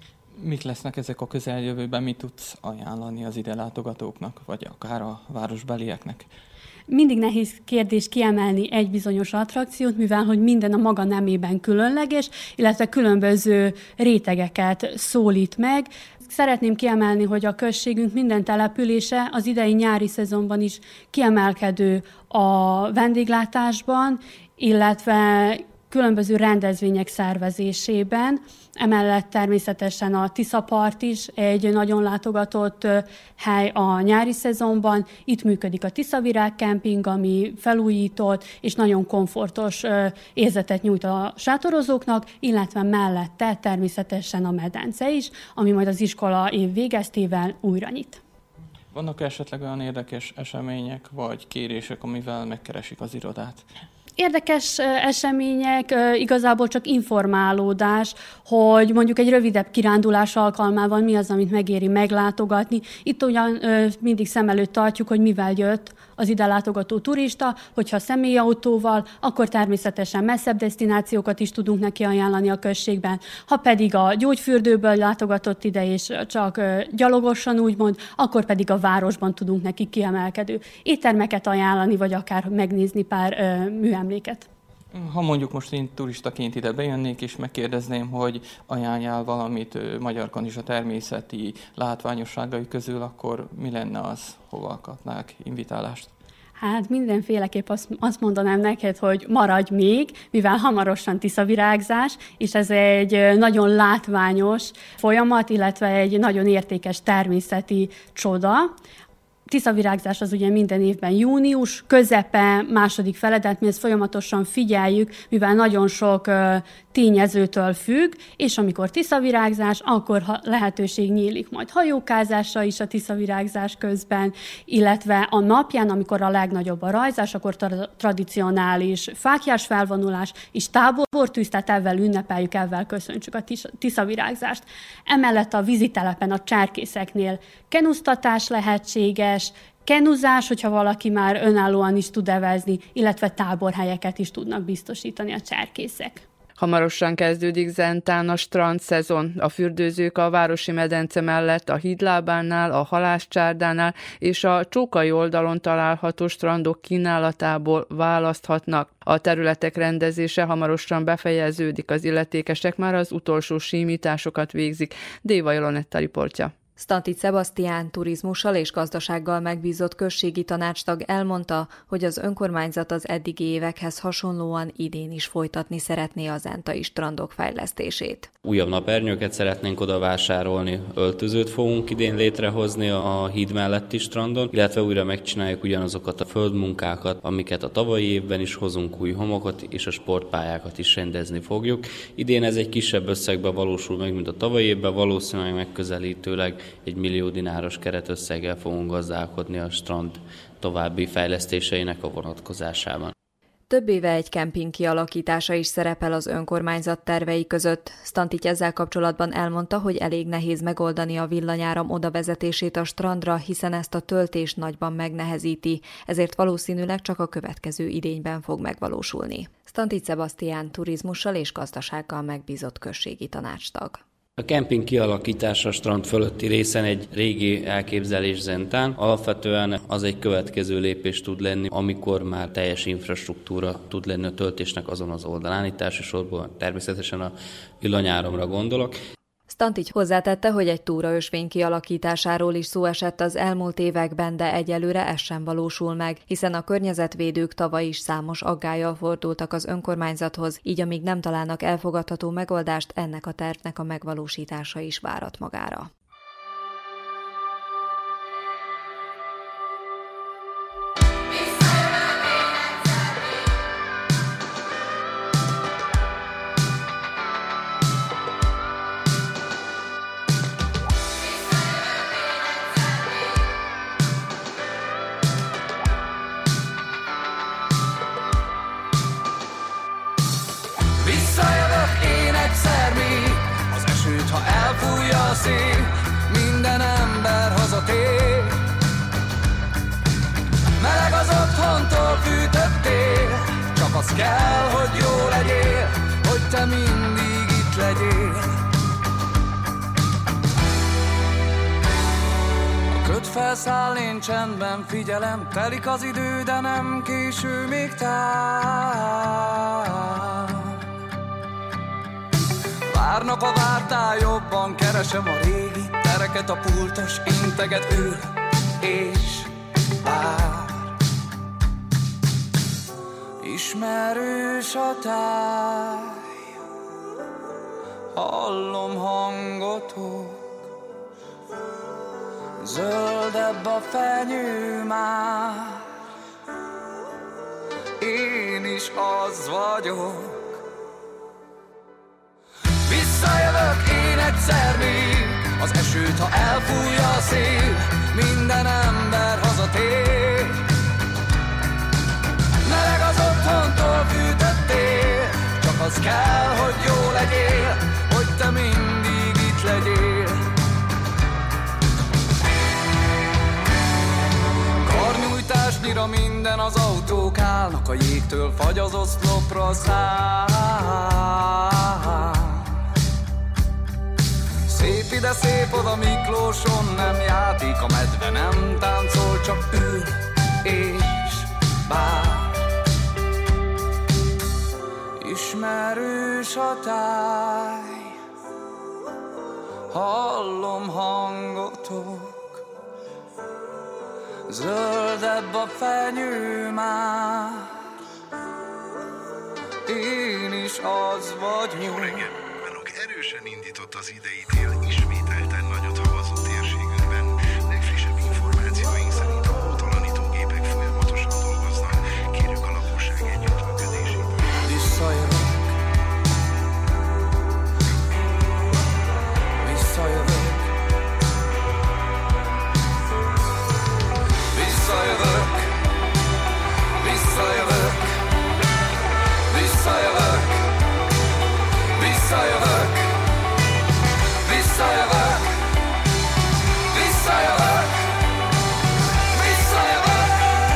Mik lesznek ezek a közeljövőben, mit tudsz ajánlani az ide látogatóknak, vagy akár a városbelieknek? Mindig nehéz kérdés kiemelni egy bizonyos attrakciót, mivel hogy minden a maga nemében különleges, illetve különböző rétegeket szólít meg. Szeretném kiemelni, hogy a községünk minden települése az idei nyári szezonban is kiemelkedő a vendéglátásban, illetve különböző rendezvények szervezésében. Emellett természetesen a Tiszapart is egy nagyon látogatott hely a nyári szezonban. Itt működik a Tiszavirág kemping, ami felújított és nagyon komfortos érzetet nyújt a sátorozóknak, illetve mellette természetesen a medence is, ami majd az iskola év végeztével újra nyit. Vannak esetleg olyan érdekes események vagy kérések, amivel megkeresik az irodát? Érdekes események, igazából csak informálódás, hogy mondjuk egy rövidebb kirándulás alkalmával mi az, amit megéri meglátogatni. Itt ugyan mindig szem előtt tartjuk, hogy mivel jött az ide látogató turista, hogyha személyautóval, akkor természetesen messzebb desztinációkat is tudunk neki ajánlani a községben. Ha pedig a gyógyfürdőből látogatott ide, és csak gyalogosan úgymond, akkor pedig a városban tudunk neki kiemelkedő éttermeket ajánlani, vagy akár megnézni pár műemléket. Ha mondjuk most én turistaként ide bejönnék, és megkérdezném, hogy ajánljál valamit Magyarkanizsa természeti látványosságai közül, akkor mi lenne az, hova kapnák invitálást? Hát mindenféleképp azt, azt mondanám neked, hogy maradj még, mivel hamarosan tiszavirágzás, és ez egy nagyon látványos folyamat, illetve egy nagyon értékes természeti csoda. Tiszavirágzás az ugye minden évben június, közepe, második fele, de mi ezt folyamatosan figyeljük, mivel nagyon sok uh, tényezőtől függ, és amikor tiszavirágzás, akkor lehetőség nyílik majd hajókázásra is a tiszavirágzás közben, illetve a napján, amikor a legnagyobb a rajzás, akkor tra- tradicionális fáklyás felvonulás és tábortűz, tehát ezzel ünnepeljük, ezzel köszöntsük a tis- tiszavirágzást. Emellett a vízitelepen, a cserkészeknél kenusztatás lehetséges, kenuzás, hogyha valaki már önállóan is tud evezni, illetve táborhelyeket is tudnak biztosítani a cserkészek. Hamarosan kezdődik Zentán a strandszezon. A fürdőzők a városi medence mellett a hídlábánál, a halászcsárdánál és a Csókai oldalon található strandok kínálatából választhatnak. A területek rendezése hamarosan befejeződik, az illetékesek már az utolsó símításokat végzik. Déva Jolonetta riportja. Stantics Sebastián turizmussal és gazdasággal megbízott községi tanácstag elmondta, hogy az önkormányzat az eddigi évekhez hasonlóan idén is folytatni szeretné a zentai strandok fejlesztését. Újabb napernyőket szeretnénk oda vásárolni, öltözőt fogunk idén létrehozni a híd melletti strandon, illetve újra megcsináljuk ugyanazokat a földmunkákat, amiket a tavalyi évben is hozunk, új homokot és a sportpályákat is rendezni fogjuk. Idén ez egy kisebb összegben valósul meg, mint a tavalyi évben, valószínűleg megközelítőleg egy millió dináros keretösszeggel fogunk gazdálkodni a strand további fejlesztéseinek a vonatkozásában. Több éve egy kemping kialakítása is szerepel az önkormányzat tervei között. Stantics ezzel kapcsolatban elmondta, hogy elég nehéz megoldani a villanyáram odavezetését a strandra, hiszen ezt a töltés nagyban megnehezíti, ezért valószínűleg csak a következő idényben fog megvalósulni. Stantics Sebastián turizmussal és gazdasággal megbízott községi tanácstag. A kemping kialakítása a strand fölötti részen egy régi elképzelés zentán. Alapvetően az egy következő lépés tud lenni, amikor már teljes infrastruktúra tud lenni a töltésnek azon az oldalán. Itt elsősorban természetesen a villanyáramra gondolok. Stantics hozzátette, hogy egy túraösvény kialakításáról is szó esett az elmúlt években, de egyelőre ez sem valósul meg, hiszen a környezetvédők tavaly is számos aggállyal fordultak az önkormányzathoz, így amíg nem találnak elfogadható megoldást, ennek a tervnek a megvalósítása is várat magára. Minden ember hazatér. Meleg az otthontól fűtöttél, csak az kell, hogy jó legyél, hogy te mindig itt legyél. A köt felszáll, én csendben figyelem, telik az idő, de nem késő még tár. Várnak a vártál, jobban keresem a régi tereket, a pultos integet ül és vár. Ismerős a táj, hallom hangotok, zöldebb a fenyő már, én is az vagyok. Visszajövök én egyszer még, az esőt, ha elfújja a szél, minden ember hazatér. Meleg az otthontól fűtöttél, csak az kell, hogy jó legyél, hogy te mindig itt legyél. Karnyújtásnyira minden az autók állnak, a jégtől fagy az oszlopra száll. Szép ide, szép oda, Miklóson nem játék, a medve nem táncol, csak ül és vár. Ismerős a táj, hallom hangotok, zöldebb a fenyő már, én is az vagyok. Jó reggelt! Erősen indított az idei tél, ismételten nagyot havazó térségünkben. Legfrissebb információink szerint a hótalanítógépek folyamatosan dolgoznak. Kérjük a lakosság együttműködését. Visszajövök. Visszajövök. Visszajövök. Visszajövök. Visszajövök. Visszajövök. Visszajövök, visszajövök, visszajövök.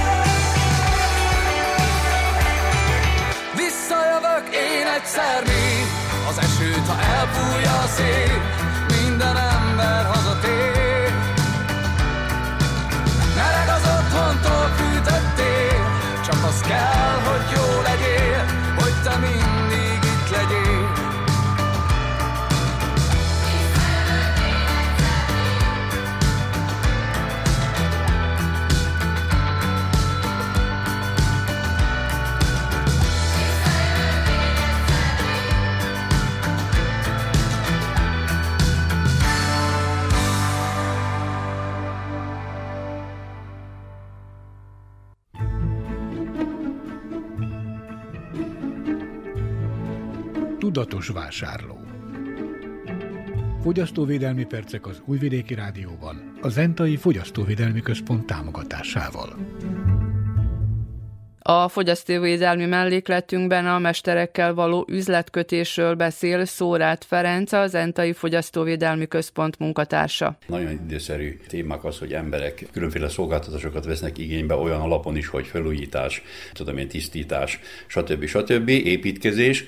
Visszajövök én egyszer még, az esőt, ha elfújja a szél, minden ember hazatér. Meleg az otthontól fűtöttél, csak az kell, hogy jó legyél, hogy te mindig itt legyél. Tudatos vásárló. Fogyasztóvédelmi percek az Újvidéki Rádióban, a Zentai Fogyasztóvédelmi Központ támogatásával. A fogyasztóvédelmi mellékletünkben a mesterekkel való üzletkötésről beszél Szóráth Ferenc, a Zentai Fogyasztóvédelmi Központ munkatársa. Nagyon időszerű témák az, hogy emberek különféle szolgáltatásokat vesznek igénybe olyan alapon is, hogy felújítás, tudom én, tisztítás, stb. stb. Építkezés.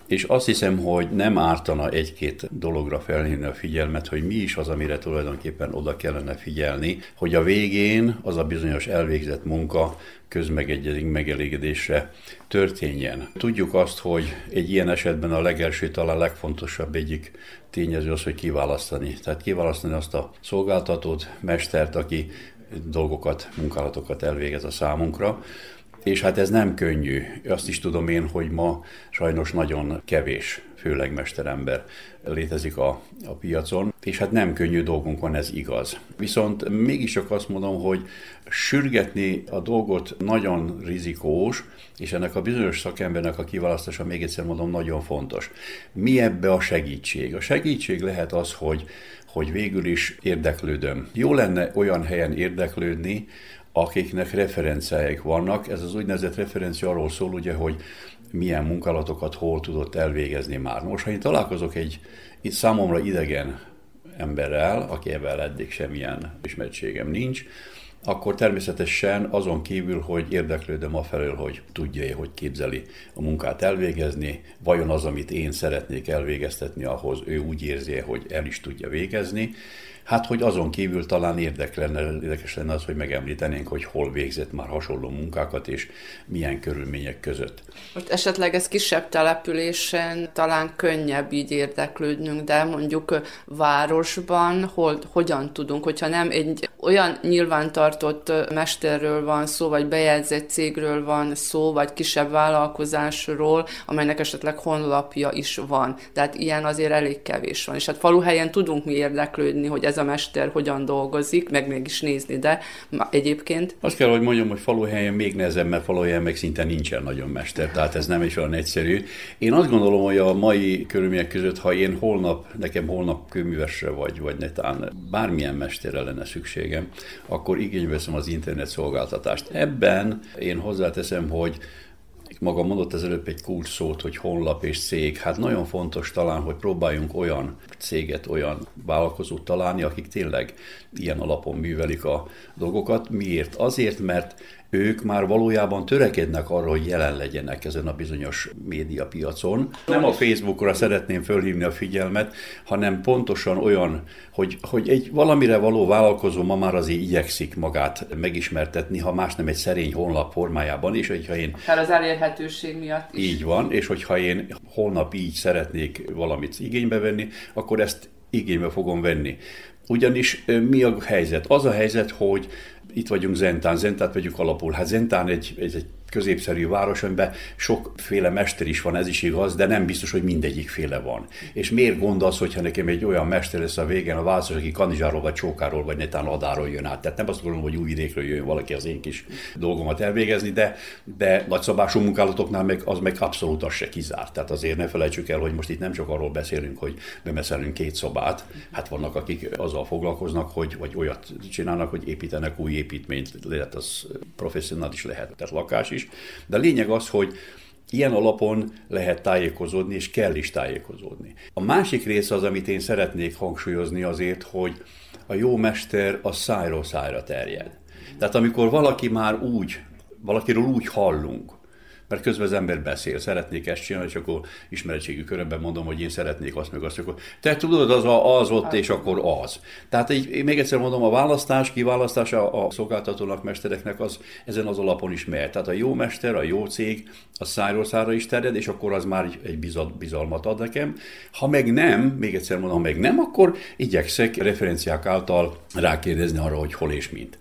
És azt hiszem, hogy nem ártana egy-két dologra felhívni a figyelmet, hogy mi is az, amire tulajdonképpen oda kellene figyelni, hogy a végén az a bizonyos elvégzett munka közmegegyezés, megelégedésre történjen. Tudjuk azt, hogy egy ilyen esetben a legelső, talán legfontosabb egyik tényező az, hogy kiválasztani. Tehát kiválasztani azt a szolgáltatót, mestert, aki dolgokat, munkálatokat elvégez a számunkra. És hát ez nem könnyű. Azt is tudom én, hogy ma sajnos nagyon kevés, főleg mesterember létezik a, a piacon, és hát nem könnyű dolgunk van, ez igaz. Viszont mégiscsak azt mondom, hogy sürgetni a dolgot nagyon rizikós, és ennek a bizonyos szakembernek a kiválasztása, még egyszer mondom, nagyon fontos. Mi ebbe a segítség? A segítség lehet az, hogy, hogy végül is érdeklődöm. Jó lenne olyan helyen érdeklődni, akiknek referenciáik vannak. Ez az úgynevezett referencia arról szól, ugye, hogy milyen munkálatokat hol tudott elvégezni már. Most, ha én találkozok egy itt számomra idegen emberrel, aki ebben eddig semmilyen ismertségem nincs, akkor természetesen azon kívül, hogy érdeklődöm afelől, hogy tudja-e, hogy képzeli a munkát elvégezni, vajon az, amit én szeretnék elvégeztetni, ahhoz ő úgy érzi, hogy el is tudja végezni. Hát, hogy azon kívül talán érdekes lenne, érdekes lenne az, hogy megemlítenénk, hogy hol végzett már hasonló munkákat, és milyen körülmények között. Most esetleg ez kisebb településen talán könnyebb így érdeklődnünk, de mondjuk városban hol, hogyan tudunk, hogyha nem egy olyan nyilvántartott mesterről van szó, vagy bejegyzett cégről van szó, vagy kisebb vállalkozásról, amelynek esetleg honlapja is van. Tehát ilyen azért elég kevés van. És hát faluhelyen tudunk mi érdeklődni, hogy ez a mester hogyan dolgozik, meg mégis nézni, de egyébként... Azt kell, hogy mondjam, hogy faluhelyen még nehezebb, mert faluhelyen meg szinte nincsen nagyon mester, tehát ez nem is olyan egyszerű. Én azt gondolom, hogy a mai körülmények között, ha én holnap, nekem holnap kőművesre vagy, vagy netán bármilyen mesterre lenne szükségem, akkor igénybe veszem az internet szolgáltatást. Ebben én hozzáteszem, hogy maga mondott az előbb egy kulcs szót, hogy honlap és cég. Hát nagyon fontos talán, hogy próbáljunk olyan céget, olyan vállalkozót találni, akik tényleg ilyen alapon művelik a dolgokat. Miért? Azért, mert ők már valójában törekednek arra, hogy jelen legyenek ezen a bizonyos médiapiacon. Nem a Facebookra szeretném fölhívni a figyelmet, hanem pontosan olyan, hogy, hogy egy valamire való vállalkozó ma már azért igyekszik magát megismertetni, ha más nem egy szerény honlap formájában is, hogyha én... Hát az elérhetőség miatt is. Így van, és hogyha én holnap így szeretnék valamit igénybe venni, akkor ezt igénybe fogom venni. Ugyanis mi a helyzet? Az a helyzet, hogy itt vagyunk Zentán, Zentát vegyük alapul. Hát Zentán egy, egy, egy középszerű város, amiben sokféle mester is van, ez is igaz, de nem biztos, hogy mindegyik féle van. És miért gond az, hogyha nekem egy olyan mester lesz a végén a választás, aki Kanizsáról, vagy Csókáról, vagy netán Adáról jön át. Tehát nem azt gondolom, hogy Újvidékről jön valaki az én kis dolgomat elvégezni, de, de nagyszabású munkálatoknál meg, az meg abszolút az se kizárt. Tehát azért ne felejtsük el, hogy most itt nem csak arról beszélünk, hogy bemeszelünk két szobát. Hát vannak, akik azzal foglalkoznak, hogy vagy olyat csinálnak, hogy építenek új építményt, lehet az professzionális, lehet, tehát lakás is. De a lényeg az, hogy ilyen alapon lehet tájékozódni, és kell is tájékozódni. A másik része az, amit én szeretnék hangsúlyozni azért, hogy a jó mester a szájról szájra terjed. Tehát amikor valaki már úgy, valakiről úgy hallunk, mert közben az ember beszél, szeretnék ezt csinálni, és akkor ismeretségi körömben mondom, hogy én szeretnék azt, meg azt, akkor te tudod, az a, az ott, és akkor az. Tehát így, még egyszer mondom, a választás, kiválasztás a, a szolgáltatónak, mestereknek az ezen az alapon is mehet. Tehát a jó mester, a jó cég, a szájról szájra is terjed, és akkor az már egy bizalmat ad nekem. Ha meg nem, még egyszer mondom, ha meg nem, akkor igyekszek referenciák által rákérdezni arra, hogy hol és mint.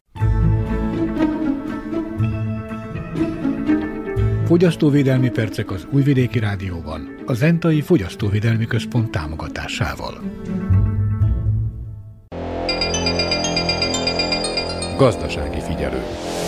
Fogyasztóvédelmi percek az Újvidéki Rádióban, a Zentai Fogyasztóvédelmi Központ támogatásával. Gazdasági figyelő.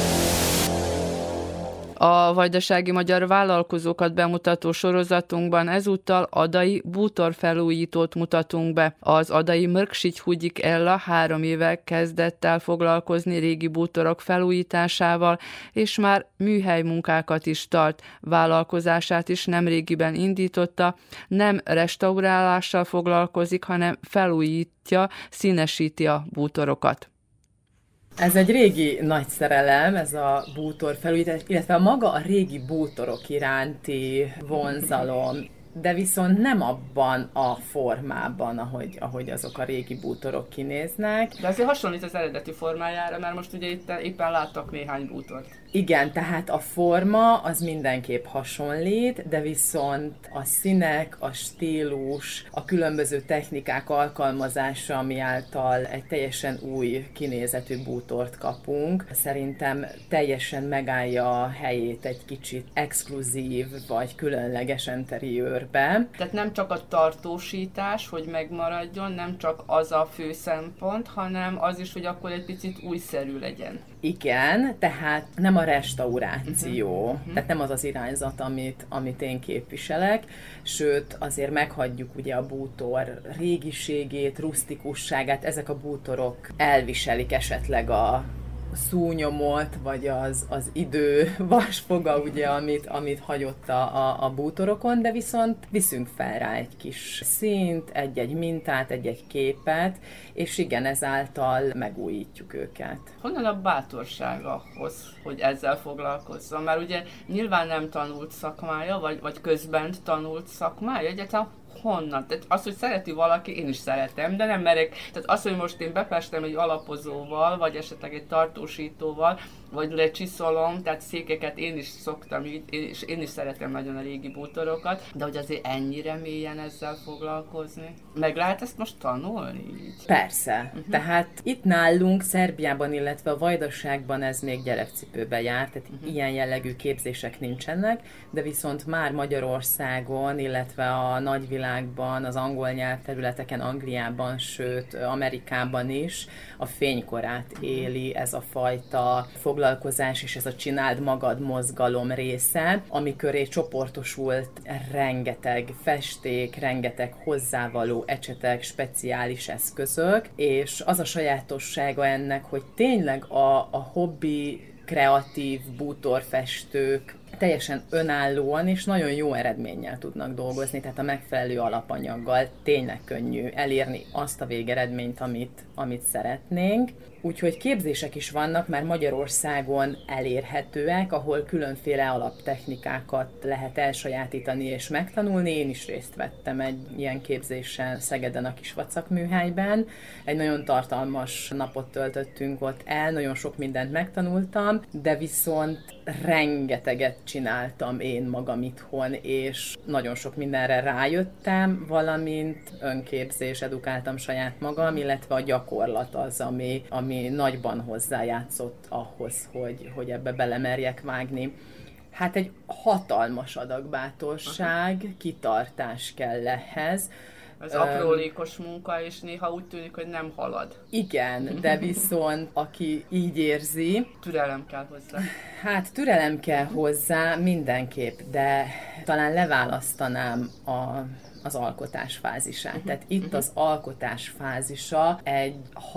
A vajdasági magyar vállalkozókat bemutató sorozatunkban ezúttal adai bútorfelújítót mutatunk be. Az adai Mörgsics Hugyi Ella három éve kezdett el foglalkozni régi bútorok felújításával, és már műhelymunkákat is tart. Vállalkozását is nemrégiben indította, nem restaurálással foglalkozik, hanem felújítja, színesíti a bútorokat. Ez egy régi nagy szerelem, ez a bútor felújítás, illetve maga a régi bútorok iránti vonzalom. de viszont nem abban a formában, ahogy, ahogy azok a régi bútorok kinéznek. De azért hasonlít az eredeti formájára, mert most ugye itt éppen láttak néhány bútort. Igen, tehát a forma az mindenképp hasonlít, de viszont a színek, a stílus, a különböző technikák alkalmazása, ami által egy teljesen új kinézetű bútort kapunk, szerintem teljesen megállja a helyét egy kicsit exkluzív vagy különleges interiőrbe. Tehát nem csak a tartósítás, hogy megmaradjon, nem csak az a fő szempont, hanem az is, hogy akkor egy picit újszerű legyen. Igen, tehát nem a restauráció, uh-huh. tehát nem az az irányzat, amit, amit én képviselek, sőt azért meghagyjuk ugye a bútor régiségét, rustikusságát, ezek a bútorok elviselik esetleg a szúnyomot, vagy az, az idő vasfoga, ugye, amit, amit hagyott a, a, a bútorokon, de viszont viszünk fel rá egy kis színt, egy-egy mintát, egy-egy képet, és igen, ezáltal megújítjuk őket. Honnan a bátorság ahhoz, hogy ezzel foglalkozzon? Mert ugye nyilván nem tanult szakmája, vagy, vagy közben tanult szakmája, egyáltalán honnan? Tehát az, hogy szereti valaki, én is szeretem, de nem merek. Tehát az, hogy most én bepestem egy alapozóval, vagy esetleg egy tartósítóval, vagy lecsiszolom, tehát székeket én is szoktam, és én is szeretem nagyon a régi bútorokat, de hogy azért ennyire mélyen ezzel foglalkozni. Meg lehet ezt most tanulni így? Persze. Uh-huh. Tehát itt nálunk, Szerbiában, illetve a Vajdaságban ez még gyerekcipőbe jár, tehát uh-huh. ilyen jellegű képzések nincsenek, de viszont már Magyarországon, illetve a nagyvilágban, az angol nyelvterületeken, Angliában, sőt Amerikában is a fénykorát éli ez a fajta foglalkozás és ez a csináld magad mozgalom része, ami köré csoportosult rengeteg festék, rengeteg hozzávaló ecsetek, speciális eszközök, és az a sajátossága ennek, hogy tényleg a, a hobbi kreatív bútorfestők teljesen önállóan és nagyon jó eredménnyel tudnak dolgozni, tehát a megfelelő alapanyaggal tényleg könnyű elérni azt a végeredményt, amit, amit szeretnénk. Úgyhogy képzések is vannak, már Magyarországon elérhetőek, ahol különféle alaptechnikákat lehet elsajátítani és megtanulni. Én is részt vettem egy ilyen képzésen Szegeden a Kisvacak műhelyben. Egy nagyon tartalmas napot töltöttünk ott el, nagyon sok mindent megtanultam, de viszont rengeteget csináltam én magam itthon, és nagyon sok mindenre rájöttem, valamint önképzés, edukáltam saját magam, illetve a gyakorlat az, ami, ami nagyban hozzájátszott ahhoz, hogy, hogy ebbe belemerjek vágni. Hát egy hatalmas adag bátorság, kitartás kell ehhez. Ez aprólékos munka, és néha úgy tűnik, hogy nem halad. Igen, de viszont aki így érzi... Türelem kell hozzá. Hát türelem kell hozzá mindenképp, de talán leválasztanám a... az alkotás fázisát. Uh-huh. Tehát itt uh-huh. az alkotás fázisa egy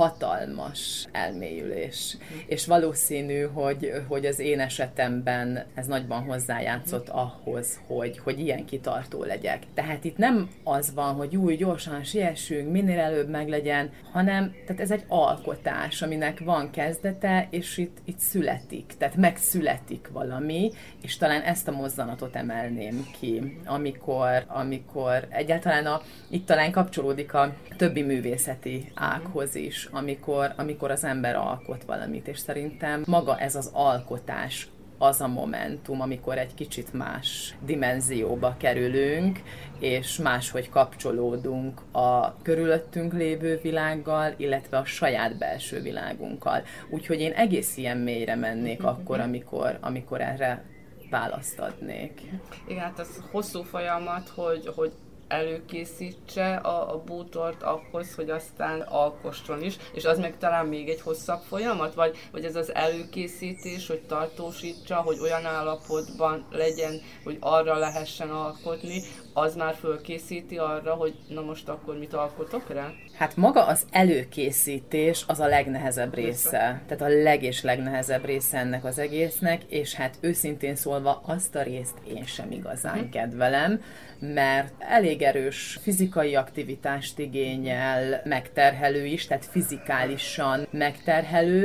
hatalmas elmélyülés. Uh-huh. És valószínű, hogy, hogy az én esetemben ez nagyban hozzájátszott uh-huh. ahhoz, hogy, hogy ilyen kitartó legyek. Tehát itt nem az van, hogy új, gyorsan siessünk, minél előbb meglegyen, hanem tehát ez egy alkotás, aminek van kezdete, és itt, itt születik. Tehát megszületik valami, és talán ezt a mozzanatot emelném ki, amikor, amikor egyáltalán a, itt talán kapcsolódik a többi művészeti ághoz is, amikor, amikor az ember alkot valamit, és szerintem maga ez az alkotás az a momentum, amikor egy kicsit más dimenzióba kerülünk, és máshogy kapcsolódunk a körülöttünk lévő világgal, illetve a saját belső világunkkal. Úgyhogy én egész ilyen mélyre mennék akkor, amikor, amikor erre választ adnék. Igen, hát az hosszú folyamat, hogy, hogy előkészítse a, a bútort ahhoz, hogy aztán alkosson is, és az meg talán még egy hosszabb folyamat, vagy, vagy ez az előkészítés, hogy tartósítsa, hogy olyan állapotban legyen, hogy arra lehessen alkotni, az már fölkészíti arra, hogy na most akkor mit alkotok rá? Hát maga az előkészítés az a legnehezebb része. Tehát a leg és legnehezebb része ennek az egésznek, és hát őszintén szólva azt a részt én sem igazán uh-huh. kedvelem, mert elég erős fizikai aktivitást igényel, megterhelő is, tehát fizikálisan megterhelő,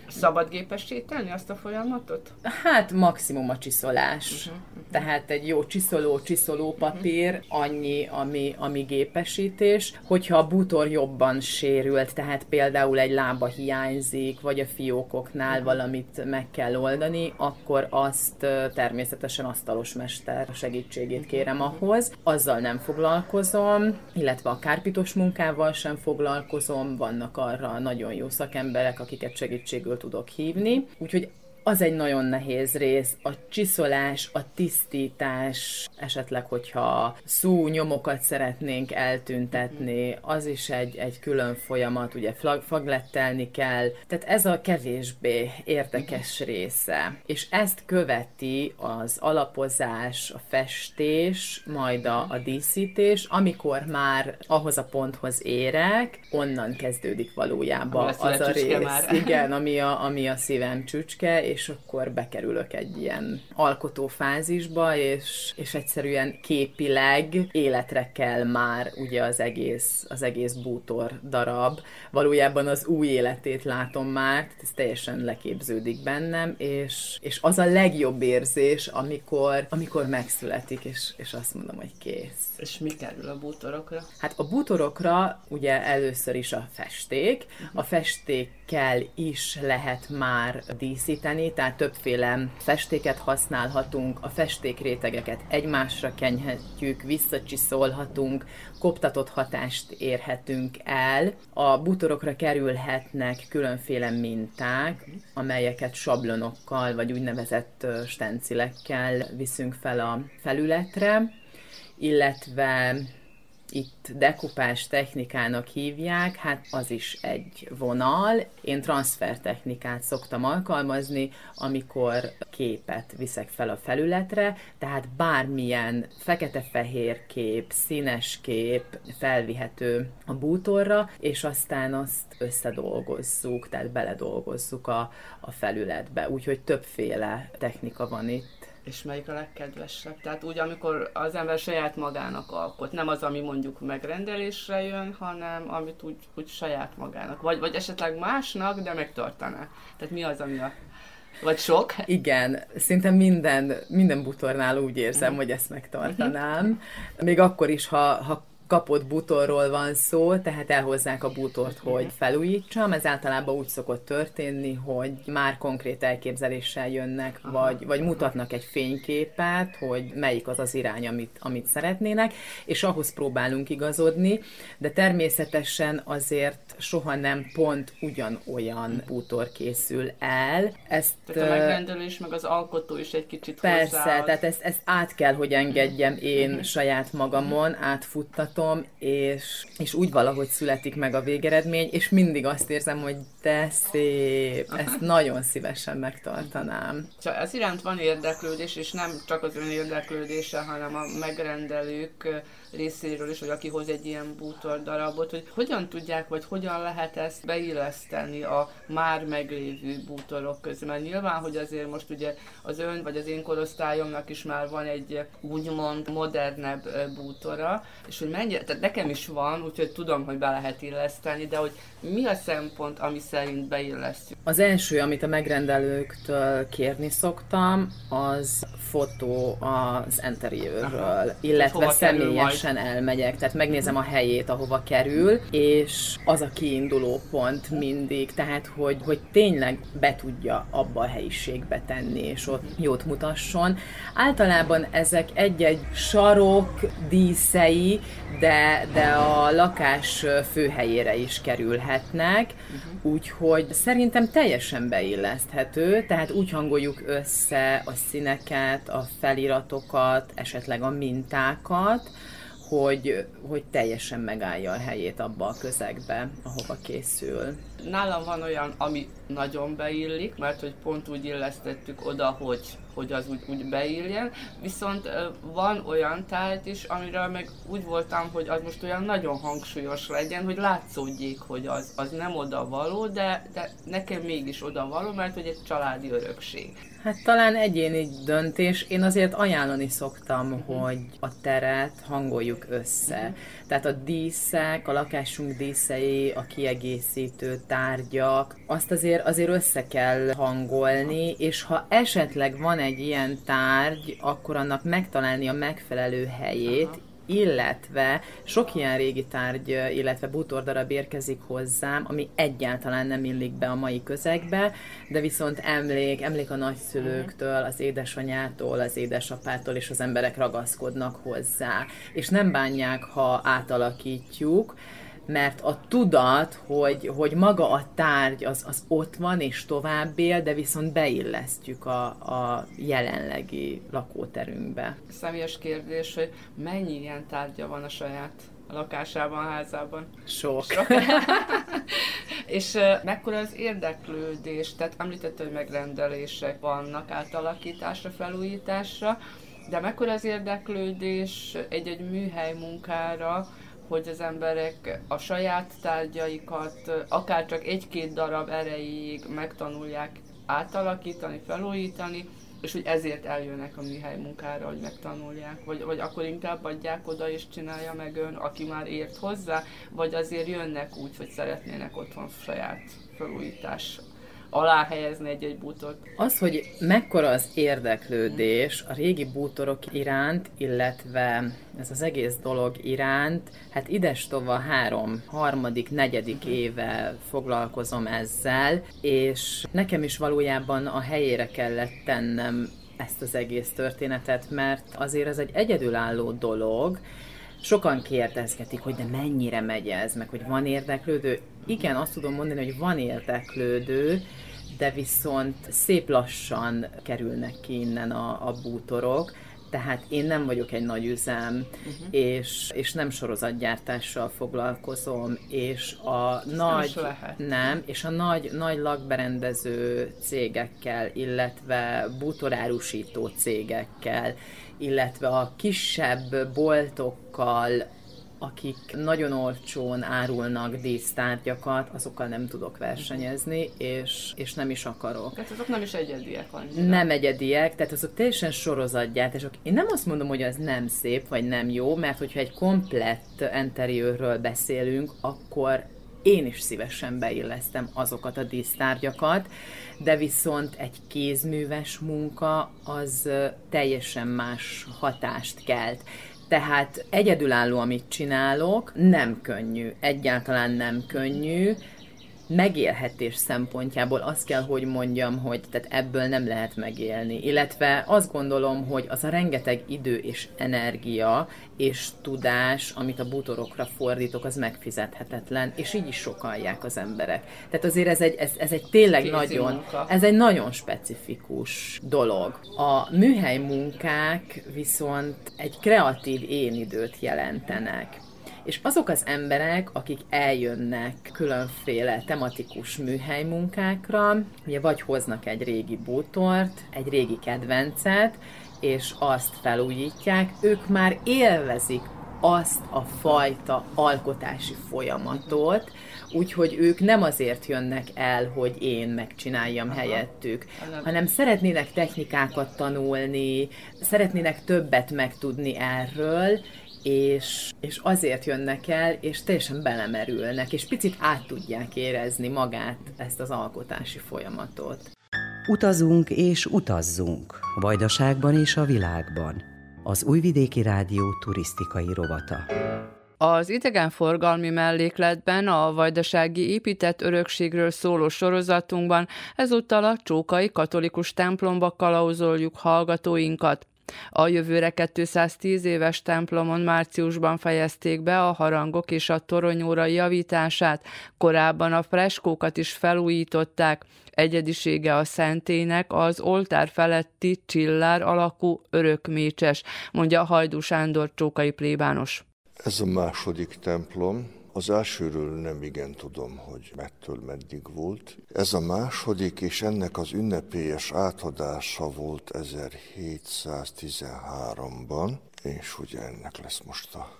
Szabad gépesíteni azt a folyamatot? Hát maximum a csiszolás. Uh-huh, uh-huh. Tehát egy jó csiszoló, csiszolópapír, uh-huh. annyi, ami, ami gépesítés. Hogyha a bútor jobban sérült, tehát például egy lába hiányzik, vagy a fiókoknál uh-huh. valamit meg kell oldani, akkor azt természetesen asztalosmester segítségét kérem ahhoz. Azzal nem foglalkozom, illetve a kárpitos munkával sem foglalkozom, vannak arra nagyon jó szakemberek, akiket segítségül tudok hívni. Úgyhogy az egy nagyon nehéz rész, a csiszolás, a tisztítás, esetleg, hogyha szú nyomokat szeretnénk eltüntetni, az is egy, egy külön folyamat, ugye faglettelni kell, tehát ez a kevésbé érdekes része. És ezt követi az alapozás, a festés, majd a, a díszítés, amikor már ahhoz a ponthoz érek, onnan kezdődik valójában az a rész, már. Igen, ami a, ami a szívem csücske, és akkor bekerülök egy ilyen alkotófázisba, és, és egyszerűen képileg életre kell már ugye az egész, az egész bútor darab. Valójában az új életét látom már, ez teljesen leképződik bennem, és, és az a legjobb érzés, amikor, amikor megszületik, és, és azt mondom, hogy kész. És mi kerül a bútorokra? Hát a bútorokra ugye először is a festék. A festékkel is lehet már díszíteni, tehát többféle festéket használhatunk, a festékrétegeket egymásra kenhetjük, visszacsiszolhatunk, koptatott hatást érhetünk el. A bútorokra kerülhetnek különféle minták, amelyeket sablonokkal vagy úgynevezett stencilekkel viszünk fel a felületre, illetve itt dekupás technikának hívják, hát az is egy vonal. Én transfer technikát szoktam alkalmazni, amikor képet viszek fel a felületre, tehát bármilyen fekete-fehér kép, színes kép felvihető a bútorra, és aztán azt összedolgozzuk, tehát beledolgozzuk a, a felületbe. Úgyhogy többféle technika van itt. És melyik a legkedvesebb? Tehát úgy, amikor az ember saját magának alkot, nem az, ami mondjuk megrendelésre jön, hanem amit úgy, úgy saját magának. Vagy, vagy esetleg másnak, de megtartaná. Tehát mi az, ami a... Vagy sok? Igen, szinte minden, minden bútornál úgy érzem, uh-huh. hogy ezt megtartanám. Még akkor is, ha, ha kapott bútorról van szó, tehát elhozzák a bútort, hogy felújítsam. Ez általában úgy szokott történni, hogy már konkrét elképzeléssel jönnek, vagy, vagy mutatnak egy fényképet, hogy melyik az az irány, amit, amit szeretnének, és ahhoz próbálunk igazodni, de természetesen azért soha nem pont ugyanolyan bútor készül el. Ezt, tehát a megrendelés, meg az alkotó is egy kicsit persze, hozzá. tehát ezt, ezt át kell, hogy engedjem én saját magamon, átfuttatom, és, és úgy valahogy születik meg a végeredmény, és mindig azt érzem, hogy de szép, ezt nagyon szívesen megtartanám. Csak ez iránt van érdeklődés, és nem csak az ön érdeklődése, hanem a megrendelők részéről is, hogy aki hoz egy ilyen bútordarabot, hogy hogyan tudják, vagy hogyan lehet ezt beilleszteni a már meglévő bútorok közé. Mert nyilván, hogy azért most ugye az ön vagy az én korosztályomnak is már van egy úgymond modernebb bútora, és hogy mennyire, tehát nekem is van, úgyhogy tudom, hogy be lehet illeszteni, de hogy mi a szempont, ami szerint beillesztjük? Az első, amit a megrendelőktől kérni szoktam, az fotó az interiőrről, illetve személyesen elmegyek, tehát megnézem a helyét, ahova kerül, és az a kiinduló pont mindig, tehát hogy, hogy tényleg be tudja abba a helyiségbe tenni, és ott jót mutasson. Általában ezek egy-egy sarok díszei, de, de a lakás főhelyére is kerülhetnek, uh-huh. úgyhogy szerintem teljesen beilleszthető, tehát úgy hangoljuk össze a színeket, a feliratokat, esetleg a mintákat, hogy, hogy teljesen megállja a helyét abba a közegbe, ahova készül. Nálam van olyan, ami nagyon beillik, mert hogy pont úgy illesztettük oda, hogy, hogy az úgy, úgy beilljen, viszont van olyan tárgy is, amiről meg úgy voltam, hogy az most olyan nagyon hangsúlyos legyen, hogy látszódjék, hogy az, az nem oda való, de, de nekem mégis oda való, mert hogy egy családi örökség. Hát talán egyéni döntés. Én azért ajánlani szoktam, uh-huh. hogy a teret hangoljuk össze. Uh-huh. tehát a díszek, a lakásunk díszei, a kiegészítő tárgyak, azt azért, azért össze kell hangolni, és ha esetleg van egy ilyen tárgy, akkor annak megtalálni a megfelelő helyét, aha. illetve sok ilyen régi tárgy, illetve bútordarab érkezik hozzám, ami egyáltalán nem illik be a mai közegbe, de viszont emlék, emlék a nagyszülőktől, az édesanyától, az édesapától, és az emberek ragaszkodnak hozzá. És nem bánják, ha átalakítjuk, mert a tudat, hogy, hogy maga a tárgy az, az ott van és tovább él, de viszont beillesztjük a, a jelenlegi lakóterünkbe. Személyes kérdés, hogy mennyi ilyen tárgya van a saját lakásában, házában? Sok. Sok. És uh, mekkora az érdeklődés? Tehát említett, hogy megrendelések vannak átalakításra, felújításra, de mekkora az érdeklődés egy-egy műhely munkára, hogy az emberek a saját tárgyaikat akár csak egy-két darab erejéig megtanulják átalakítani, felújítani, és hogy ezért eljönnek a műhely munkára, hogy megtanulják, vagy, vagy akkor inkább adják oda és csinálja meg ön, aki már ért hozzá, vagy azért jönnek úgy, hogy szeretnének otthon saját felújítás alá helyezni egy-egy bútort. Az, hogy mekkora az érdeklődés a régi bútorok iránt, illetve ez az egész dolog iránt, hát idestova három, harmadik, negyedik éve foglalkozom ezzel, és nekem is valójában a helyére kellett tennem ezt az egész történetet, mert azért ez egy egyedülálló dolog. Sokan kérdezgetik, hogy de mennyire megy ez, meg hogy van érdeklődő. Igen, azt tudom mondani, hogy van érdeklődő, de viszont szép lassan kerülnek ki innen a, a bútorok, tehát én nem vagyok egy nagy üzem, uh-huh. és, és nem sorozatgyártással foglalkozom, és a ez nagy, nem, nem, és a nagy, nagy lakberendező cégekkel, illetve bútorárusító cégekkel, illetve a kisebb boltokkal, akik nagyon olcsón árulnak dísztárgyakat, azokkal nem tudok versenyezni, és, és nem is akarok. Tehát azok nem is egyediek annyira. Nem egyediek, tehát azok teljesen sorozatgyártások. Én nem azt mondom, hogy az nem szép, vagy nem jó, mert hogyha egy komplett interiőrről beszélünk, akkor én is szívesen beillesztem azokat a dísztárgyakat, de viszont egy kézműves munka az teljesen más hatást kelt. Tehát egyedülálló, amit csinálok, nem könnyű, egyáltalán nem könnyű. Megélhetés szempontjából azt kell, hogy mondjam, hogy tehát ebből nem lehet megélni. Illetve azt gondolom, hogy az a rengeteg idő és energia és tudás, amit a bútorokra fordítok, az megfizethetetlen, és így is sokallják az emberek. Tehát azért ez egy, ez, ez egy tényleg Kézi nagyon, munka. ez egy nagyon specifikus dolog. A műhely munkák viszont egy kreatív énidőt jelentenek. És azok az emberek, akik eljönnek különféle tematikus műhelymunkákra, ugye vagy hoznak egy régi bútort, egy régi kedvencet, és azt felújítják, ők már élvezik azt a fajta alkotási folyamatot, úgyhogy ők nem azért jönnek el, hogy én megcsináljam Aha. helyettük, hanem szeretnének technikákat tanulni, szeretnének többet megtudni erről, És, és azért jönnek el, és teljesen belemerülnek, és picit át tudják érezni magát, ezt az alkotási folyamatot. Utazunk és utazzunk, Vajdaságban és a világban. Az Újvidéki Rádió turisztikai rovata. Az idegenforgalmi mellékletben a vajdasági épített örökségről szóló sorozatunkban ezúttal a Csókai Katolikus templomba kalauzoljuk hallgatóinkat. A jövőre kétszáztíz éves templomon márciusban fejezték be a harangok és a toronyóra javítását, korábban a freskókat is felújították. Egyedisége a szentélynek az oltár feletti csillár alakú örökmécses, mondja Hajdú Sándor csókai plébános. Ez a második templom. Az elsőről nem igen tudom, hogy mettől meddig volt. Ez a második, és ennek az ünnepélyes átadása volt ezerhétszáztizenháromban, és ugye ennek lesz most a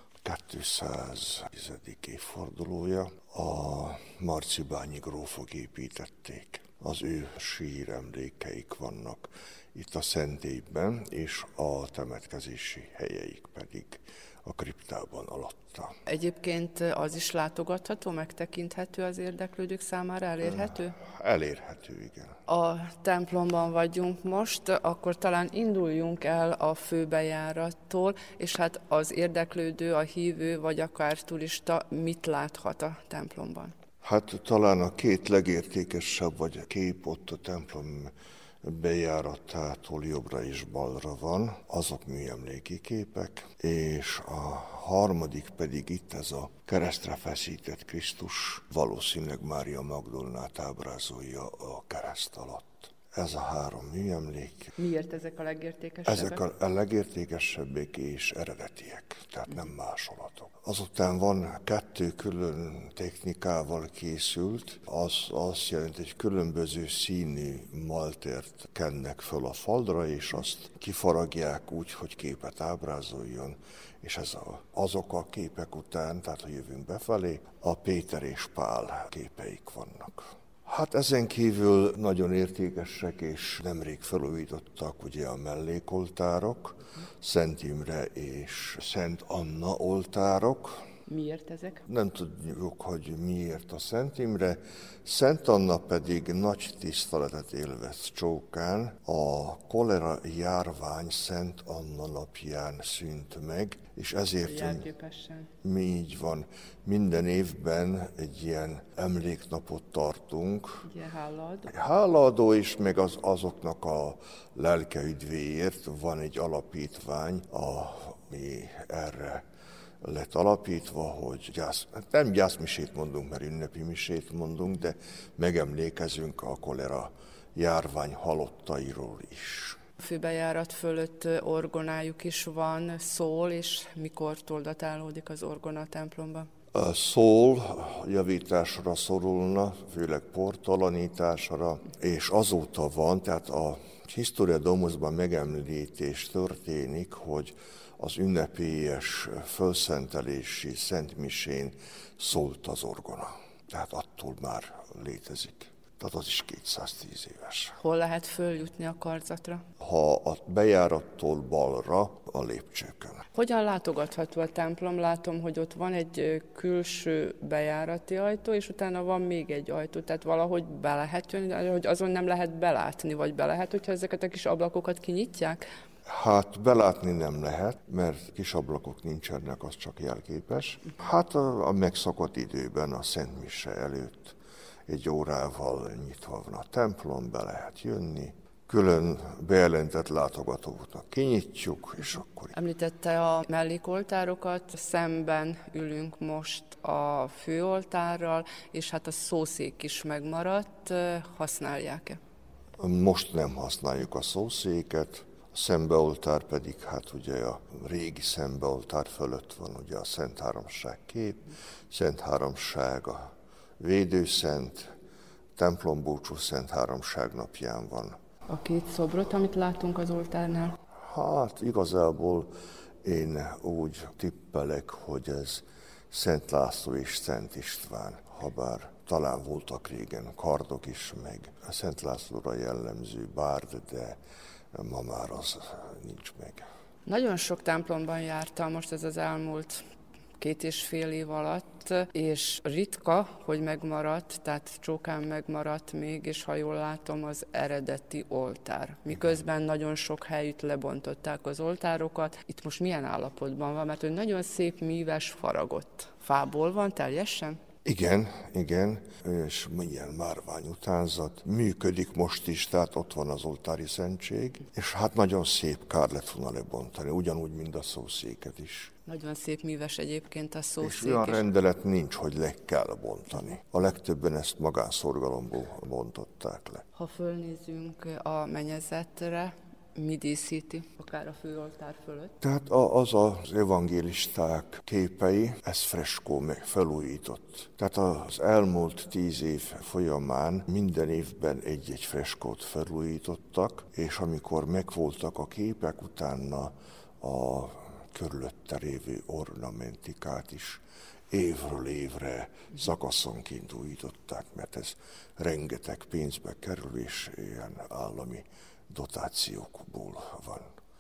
kétszáztízedik évfordulója. A marcibányi grófok építették. Az ő síremlékeik vannak itt a szentélyben, és a temetkezési helyeik pedig a kriptában alatta. Egyébként az is látogatható, megtekinthető az érdeklődők számára, elérhető? Elérhető, igen. A templomban vagyunk most, akkor talán induljunk el a főbejárattól, és hát az érdeklődő, a hívő, vagy akár turista mit láthat a templomban? Hát talán a két legértékesebb vagy kép ott a templom bejáratától jobbra és balra van, azok műemléki képek, és a harmadik pedig itt ez a keresztre feszített Krisztus, valószínűleg Mária Magdolnát ábrázolja a kereszt alatt. Ez a három műemlék. Miért ezek a legértékesebbek? Ezek a legértékesebbek és eredetiek, tehát nem másolatok. Azután van kettő külön technikával készült, az azt jelenti, hogy különböző színű maltért kennek föl a faldra, és azt kifaragják úgy, hogy képet ábrázoljon, és ez a, azok a képek után, tehát ha jövünk befelé, a Péter és Pál képeik vannak. Hát ezen kívül nagyon értékesek és nemrég felújítottak ugye a mellékoltárok, Szent Imre és Szent Anna oltárok. Miért ezek? Nem tudjuk, hogy miért a Szent Imre. Szent Anna pedig nagy tiszteletet élvez Csókán. A kolera járvány Szent Anna napján szűnt meg, és ezért Jelképesen. mi így van. Minden évben egy ilyen emléknapot tartunk. Ugye hálaadó? Hálaadó is, meg az, azoknak a lelkeüdvéért van egy alapítvány, ami erre lett alapítva, hogy gyász, nem gyászmisét mondunk, mert ünnepi misét mondunk, de megemlékezünk a kolera járvány halottairól is. A főbejárat fölött orgonájuk is van, szól, és mikortól datálódik az orgona a templomban? A szól javításra szorulna, főleg portalanításra, és azóta van, tehát a Historia Domusban megemlítés történik, hogy az ünnepélyes fölszentelési szentmisén szólt az orgona. Tehát attól már létezik. Tehát az is kétszáztíz éves. Hol lehet följutni a karzatra? Ha a bejárattól balra, a lépcsőkön. Hogyan látogatható a templom? Látom, hogy ott van egy külső bejárati ajtó, és utána van még egy ajtó, tehát valahogy be lehet jönni, hogy azon nem lehet belátni, vagy be lehet, hogyha ezeket a kis ablakokat kinyitják? Hát belátni nem lehet, mert kis ablakok nincsenek, az csak jelképes. Hát a, a megszokott időben a Szent Mise előtt egy órával nyitva van a templom, be lehet jönni. Külön bejelentett látogatóknak kinyitjuk, és akkor... Említette a mellékoltárokat, szemben ülünk most a főoltárral, és hát a szószék is megmaradt. Használják-e? Most nem használjuk a szószéket. A szembeoltár pedig, hát ugye a régi szembeoltár fölött van ugye a Szent Háromság kép, Szent Háromság a védőszent, templombúcsú Szent Háromság napján van. A két szobrot, amit látunk az oltárnál? Hát igazából én úgy tippelek, hogy ez Szent László és Szent István, habár talán voltak régen kardok is, meg a Szent Lászlóra jellemző bárd, de ma már az nincs meg. Nagyon sok templomban jártam most ez az elmúlt két és fél év alatt, és ritka, hogy megmaradt, tehát Csókán megmaradt még, és ha jól látom, az eredeti oltár. Miközben nagyon sok helyütt lebontották az oltárokat. Itt most milyen állapotban van? Mert hogy nagyon szép, míves, faragott. Fából van teljesen? Igen, igen, és milyen márvány utánzat. Működik most is, tehát ott van az oltári szentség, és hát nagyon szép, kár lett volna lebontani, ugyanúgy, mint a szószéket is. Nagyon szép műves egyébként a szószék. És olyan rendelet nincs, hogy le kell bontani. A legtöbben ezt magánszorgalomból bontották le. Ha fölnézünk a mennyezetre, mi díszíti, akár a főoltár fölött? Tehát az az evangélisták képei, ez freskó meg felújított. Tehát az elmúlt tíz év folyamán minden évben egy-egy freskót felújítottak, és amikor megvoltak a képek, utána a körülötte lévő ornamentikát is évről évre szakaszonként újították, mert ez rengeteg pénzbe kerül, és ilyen állami dotációkból van.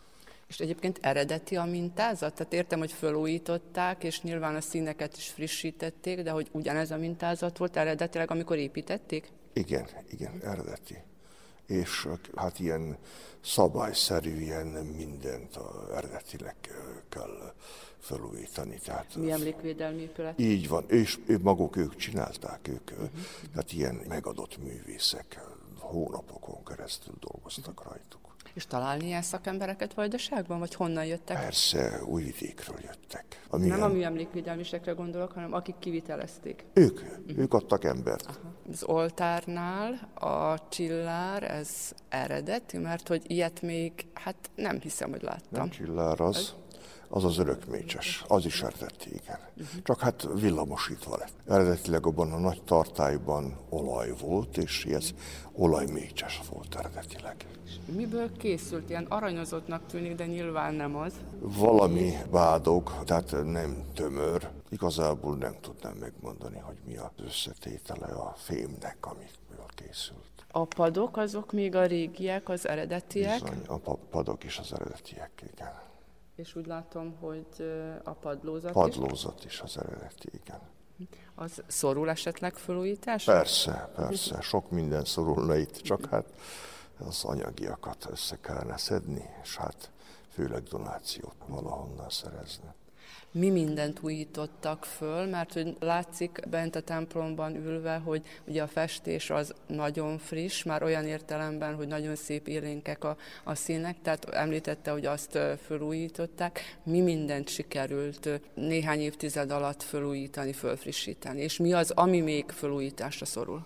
És egyébként eredeti a mintázat? Tehát értem, hogy felújították, és nyilván a színeket is frissítették, de hogy ugyanez a mintázat volt eredetileg, amikor építették? Igen, igen, eredeti. És hát ilyen szabályszerűen mindent eredetileg kell felújítani. Tehát mi emlékvédelmi épület? Így van, és maguk ők csinálták, ők, uh-huh. tehát ilyen megadott művészek hónapokon keresztül dolgoztak rajtuk. És találni ilyen szakembereket Vajdaságban, vagy honnan jöttek? Persze, Újvidékről jöttek. A Nem a műemlékvédelmisekre gondolok, hanem akik kivitelezték. Ők, uh-huh. ők adtak embert. Aha. Az oltárnál a csillár, ez eredeti, mert hogy ilyet még, hát nem hiszem, hogy láttam. Nem csillár az, az az örökmécses, az is eredeti, igen. Uh-huh. Csak hát villamosítva lett. Eredetileg abban a nagy tartályban olaj volt, és ez olajmécses volt eredetileg. Miből készült? Ilyen aranyozottnak tűnik, de nyilván nem az. Valami vádog, tehát nem tömör. Igazából nem tudnám megmondani, hogy mi az összetétele a fémnek, amiből készült. A padok azok még a régiek, az eredetiek? Bizony, a padok is az eredetiek, igen. És úgy látom, hogy a padlózat, padlózat is? is az eredeti, igen. Az szorul esetleg felújításra? Persze, persze. Sok minden szorulna itt, csak hát az anyagiakat össze kellene szedni, és hát főleg donációt valahonnan szerezni. Mi mindent újítottak föl, mert hogy látszik bent a templomban ülve, hogy ugye a festés az nagyon friss, már olyan értelemben, hogy nagyon szép élénkek a, a színek, tehát említette, hogy azt fölújították. Mi mindent sikerült néhány évtized alatt fölújítani, fölfrissíteni, és mi az, ami még fölújításra szorul?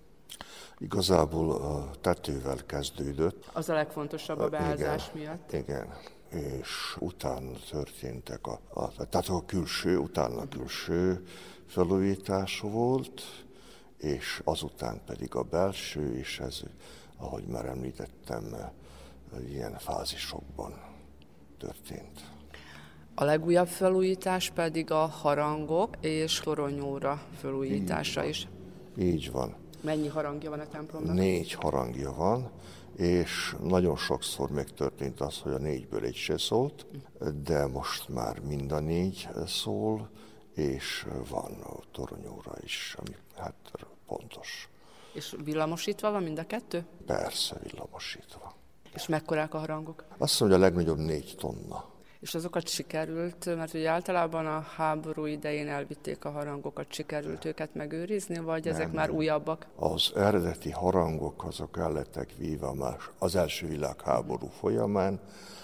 Igazából a tetővel kezdődött. Az a legfontosabb a beázás igen, miatt. Igen, és utána történtek a, a, tehát a külső, utána a külső felújítás volt, és azután pedig a belső, és ez, ahogy már említettem, ilyen fázisokban történt. A legújabb felújítás pedig a harangok és toronyóra felújítása is. Így van. Mennyi harangja van a templomnak? Négy harangja van, és nagyon sokszor megtörtént az, hogy a négyből egy se szólt, de most már mind a négy szól, és van a toronyóra is, ami hát pontos. És villamosítva van mind a kettő? Persze, villamosítva. És mekkorák a harangok? Azt mondja, a legnagyobb négy tonna. És azokat sikerült, mert ugye általában a háború idején elvitték a harangokat, sikerült őket megőrizni, vagy nem, ezek már nem. újabbak? Az eredeti harangok azok el lettek víve más, az első világháború folyamán,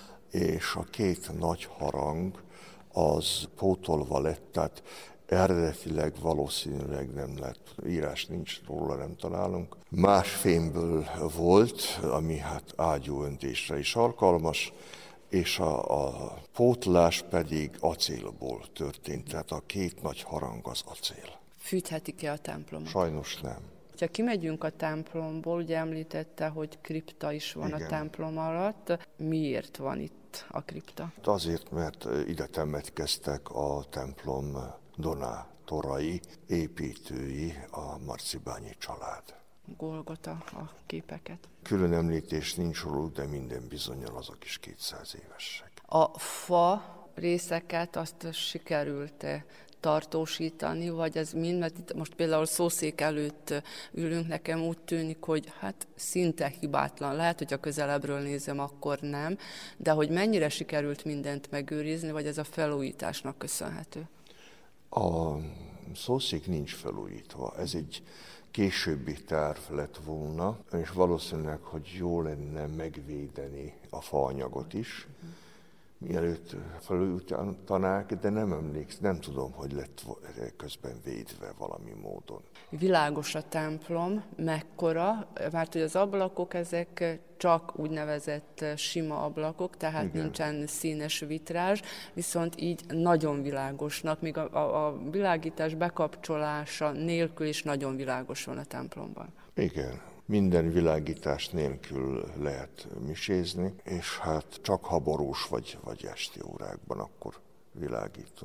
és a két nagy harang az pótolva lett, tehát eredetileg valószínűleg nem lett, írás nincs róla, nem találunk. Más fémből volt, ami hát ágyúöntésre is alkalmas, és a, a pótlás pedig acélból történt, tehát a két nagy harang az acél. Fűthetik-e a templomot? Sajnos nem. Ha kimegyünk a templomból, ugye említette, hogy kripta is van. Igen. A templom alatt. Miért van itt a kripta? Azért, mert ide temetkeztek a templom donátorai, építői, a Marcibányi család. Golgota a képeket. Külön említés nincs róluk, de minden bizonnyal azok is kétszáz évesek. A fa részeket azt sikerült-e tartósítani, vagy ez mind, mert itt most például szószék előtt ülünk, nekem úgy tűnik, hogy hát szinte hibátlan. Lehet, hogy a közelebbről nézem, akkor nem, de hogy mennyire sikerült mindent megőrizni, vagy ez a felújításnak köszönhető? A szószék nincs felújítva. Ez egy későbbi terv lett volna, és valószínűleg, hogy jó lenne megvédeni a faanyagot is, mielőtt felújítanák, de nem emlékszem, nem tudom, hogy lett közben védve valami módon. Világos a templom, mekkora, mert hogy az ablakok ezek csak úgynevezett sima ablakok, tehát igen. nincsen színes vitrázs, viszont így nagyon világosnak, még a, a, a világítás bekapcsolása nélkül is nagyon világos van a templomban. Igen. Minden világítás nélkül lehet misézni, és hát csak ha borús vagy, vagy esti órákban akkor világítunk.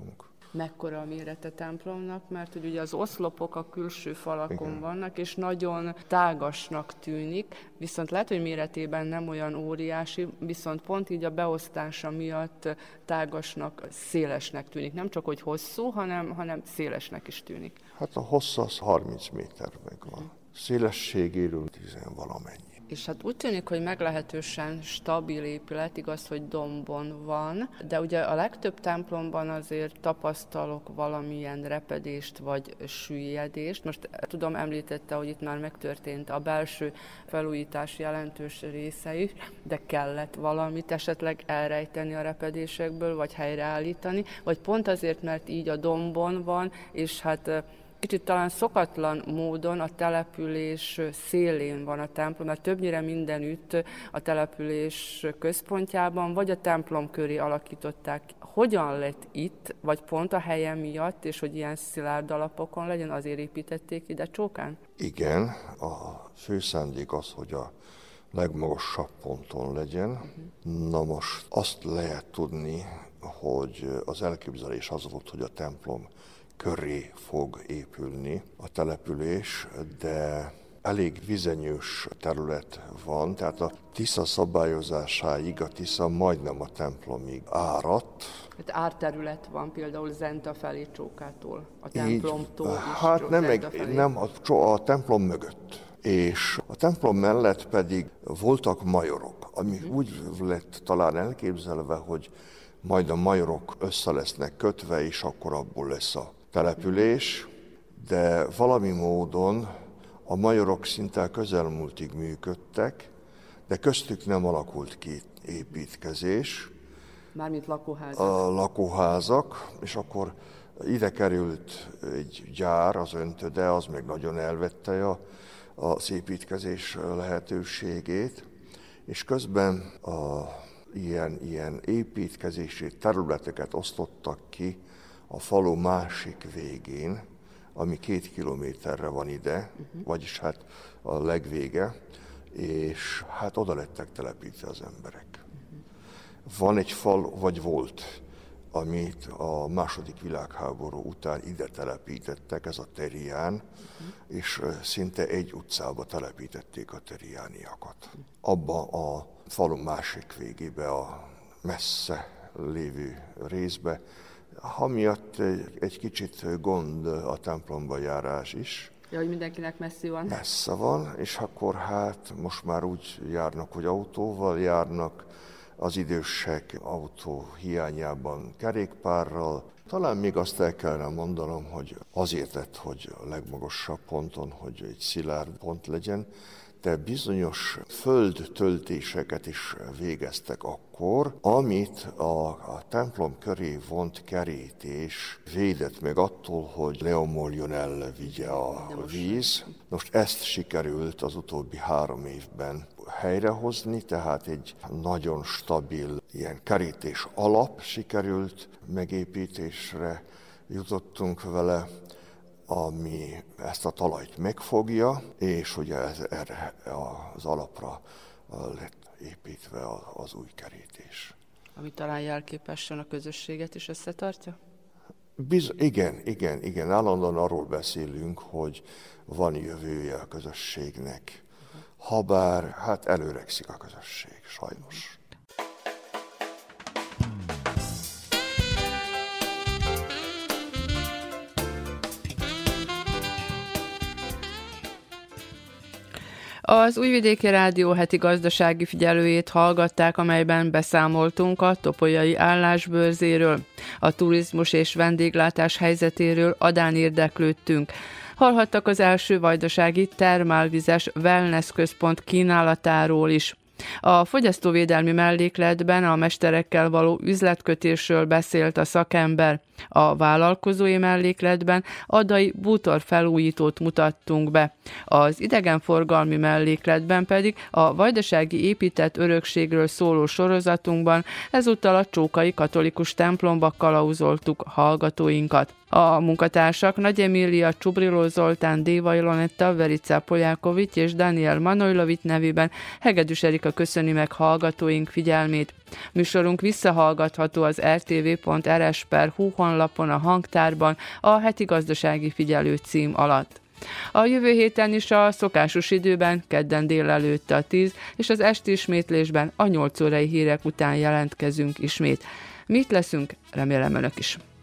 mekkora a mérete templomnak, mert hogy ugye az oszlopok a külső falakon Igen. vannak, és nagyon tágasnak tűnik, viszont lehet, hogy méretében nem olyan óriási, viszont pont így a beosztása miatt tágasnak, szélesnek tűnik. Nem csak, hogy hosszú, hanem, hanem szélesnek is tűnik. Hát a hossza az harminc méter megvan. Szélességéről tizen valamennyi. És hát úgy tűnik, hogy meglehetősen stabil épület, igaz, hogy dombon van, de ugye a legtöbb templomban azért tapasztalok valamilyen repedést vagy süllyedést. Most tudom, említette, hogy itt már megtörtént a belső felújítás jelentős része is, de kellett valamit esetleg elrejteni a repedésekből, vagy helyreállítani, vagy pont azért, mert így a dombon van, és hát kicsit talán szokatlan módon a település szélén van a templom, mert többnyire mindenütt a település központjában, vagy a templom köré alakították. Hogyan lett itt, vagy pont a helye miatt, és hogy ilyen szilárd alapokon legyen, azért építették ide Csókán? Igen, a fő szándék az, hogy a legmagasabb ponton legyen. Uh-huh. Na most azt lehet tudni, hogy az elképzelés az volt, hogy a templom köré fog épülni a település, de elég vizenyős terület van, tehát a Tisza szabályozásáig a Tisza majdnem a templomig áradt. Hát árterület van például Zenta felé Csókától, a templomtól is. Hát nem, meg, nem a, a templom mögött. És a templom mellett pedig voltak majorok, ami uh-huh. úgy lett talán elképzelve, hogy majd a majorok össze lesznek kötve, és akkor abból lesz a település, de valami módon a majorok szinte a közelmúltig működtek, de köztük nem alakult ki építkezés. Mármint lakóházak. A lakóházak, és akkor ide került egy gyár, az Öntöde, az meg nagyon elvette a, az építkezés lehetőségét, és közben a, ilyen, ilyen építkezési területeket osztottak ki a falu másik végén, ami két kilométerre van ide, uh-huh. vagyis hát a legvége, és hát oda lettek telepítve az emberek. Uh-huh. Van egy fal, vagy volt, amit a második világháború után ide telepítettek, ez a Terián, uh-huh. és szinte egy utcába telepítették a teriániakat. Uh-huh. Abba a falu másik végébe, a messze lévő részbe, ha miatt egy, egy kicsit gond a templomba járás is. Ja, hogy mindenkinek messzi van. Messze van, és akkor hát most már úgy járnak, hogy autóval járnak, az idősek autó hiányában kerékpárral. Talán még azt el kellene mondanom, hogy azért lett, hogy a legmagasabb ponton, hogy egy szilárd pont legyen, de bizonyos földtöltéseket is végeztek akkor, amit a, a templom köré vont kerítés védett meg attól, hogy leomoljon el, vigye a víz. Most ezt sikerült az utóbbi három évben helyrehozni, tehát egy nagyon stabil ilyen kerítés alap sikerült megépítésre, jutottunk vele, ami ezt a talajt megfogja, és ugye ez, erre az alapra lett építve az új kerítés. Ami talán jelképesen a közösséget is összetartja? Biz, igen, igen, igen. Állandóan arról beszélünk, hogy van jövője a közösségnek. Habár, hát előregszik a közösség, sajnos. Az Újvidéki Rádió heti gazdasági figyelőjét hallgatták, amelyben beszámoltunk a topolyai állásbőrzéről, a turizmus és vendéglátás helyzetéről Adán érdeklődtünk. Hallhattak az első vajdasági termálvizes wellness központ kínálatáról is. A fogyasztóvédelmi mellékletben a mesterekkel való üzletkötésről beszélt a szakember. A vállalkozói mellékletben adai bútor felújítót mutattunk be. Az idegenforgalmi mellékletben pedig a vajdasági épített örökségről szóló sorozatunkban ezúttal a Csókai katolikus templomba kalauzoltuk hallgatóinkat. A munkatársak Nagy Emília, Csubriló Zoltán, Déva Ilonetta, Verica Poljákovics és Daniel Manojlovics nevében Hegedűs Erika köszöni meg hallgatóink figyelmét. Műsorunk visszahallgatható az er té vé pont er es pont hú honlapon a hangtárban a heti gazdasági figyelő cím alatt. A jövő héten is a szokásos időben, kedden délelőtt a tíz, és az esti ismétlésben a nyolc órai hírek után jelentkezünk ismét. Mi itt leszünk, remélem önök is.